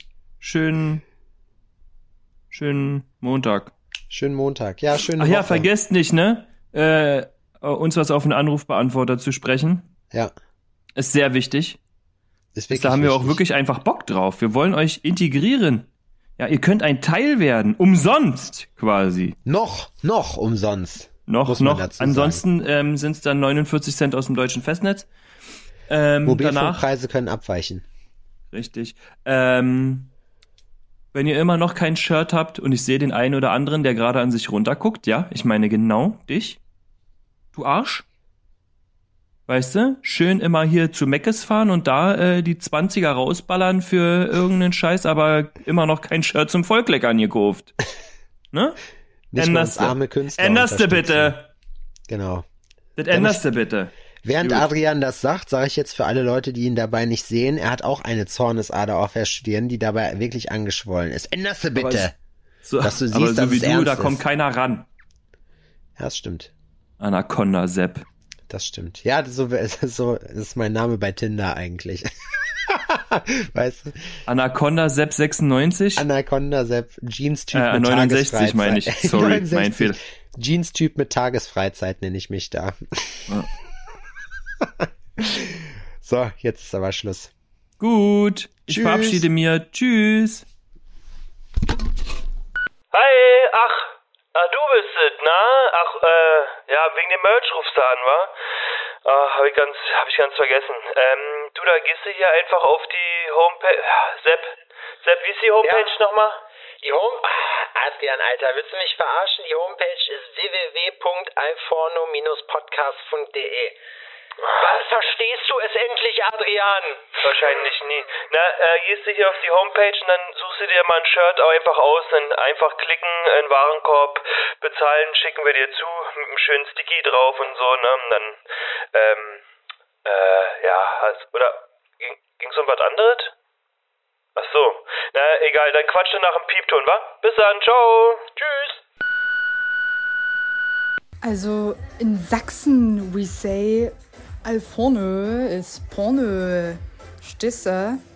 Montag. Schönen Montag. Ja, schönen Ach Woche. ja, vergesst nicht, ne? Uns was auf den Anrufbeantworter zu sprechen. Ja. Ist sehr wichtig. Ist wirklich Da haben wir auch wichtig. wirklich einfach Bock drauf. Wir wollen euch integrieren. Ja, ihr könnt ein Teil werden. Umsonst quasi. Noch umsonst. Noch. dazu Ansonsten sind es dann 49 Cent aus dem deutschen Festnetz. Danach, Mobilfunkpreise können abweichen. richtig. Wenn ihr immer noch kein Shirt habt und ich sehe den einen oder anderen, der gerade an sich runterguckt, ja, ich meine genau dich, du Arsch. Weißt du, schön immer hier zu Meckes fahren und da die 20er rausballern für irgendeinen Scheiß, aber immer noch kein Shirt zum Vollkleckern gekauft. Ne? Nicht mal uns arme Künstler Änderst du unterstützen. bitte. Genau. Das änderst du bitte. Während Gut. Adrian das sagt, sage ich jetzt für alle Leute, die ihn dabei nicht sehen, er hat auch eine Zornesader auf der Stirn, die dabei wirklich angeschwollen ist. Änderst du bitte. So, Dass du siehst, aber so dass wie es du, ernst da ist. kommt keiner ran. Ja, das stimmt. Anaconda Sepp. Das stimmt. Ja, so ist mein Name bei Tinder eigentlich. Weißt du? Anaconda Sepp 96. Anaconda Sepp, Jeans-Typ mit 69 Tagesfreizeit. meine ich. Sorry, 69. mein Fehler. Jeans-Typ mit Tagesfreizeit nenne ich mich da. Ja. So, jetzt ist aber Schluss. Gut, ich Tschüss. verabschiede mich. Tschüss. Hi, du bist es, na? Ja, wegen dem Merch rufst du an, wa? Hab ich ganz vergessen. Du, da gehst du hier einfach auf die Homepage. Sepp, wie ist die Homepage nochmal? Die Adrian, Alter, willst du mich verarschen? Die Homepage ist www.alforno-podcast.de. Wann verstehst du es endlich, Adrian? Wahrscheinlich nie. Na, gehst du hier auf die Homepage und dann suchst du dir mal ein Shirt auch einfach aus, dann einfach klicken, in Warenkorb, bezahlen, schicken wir dir zu, mit einem schönen Sticky drauf und so, ne? Und dann, oder ging's um was anderes? Ach so. Na, egal, dann quatsch nach dem Piepton, wa? Bis dann, ciao. Tschüss. Also in Sachsen we say Alforno ist Porno. Stisse.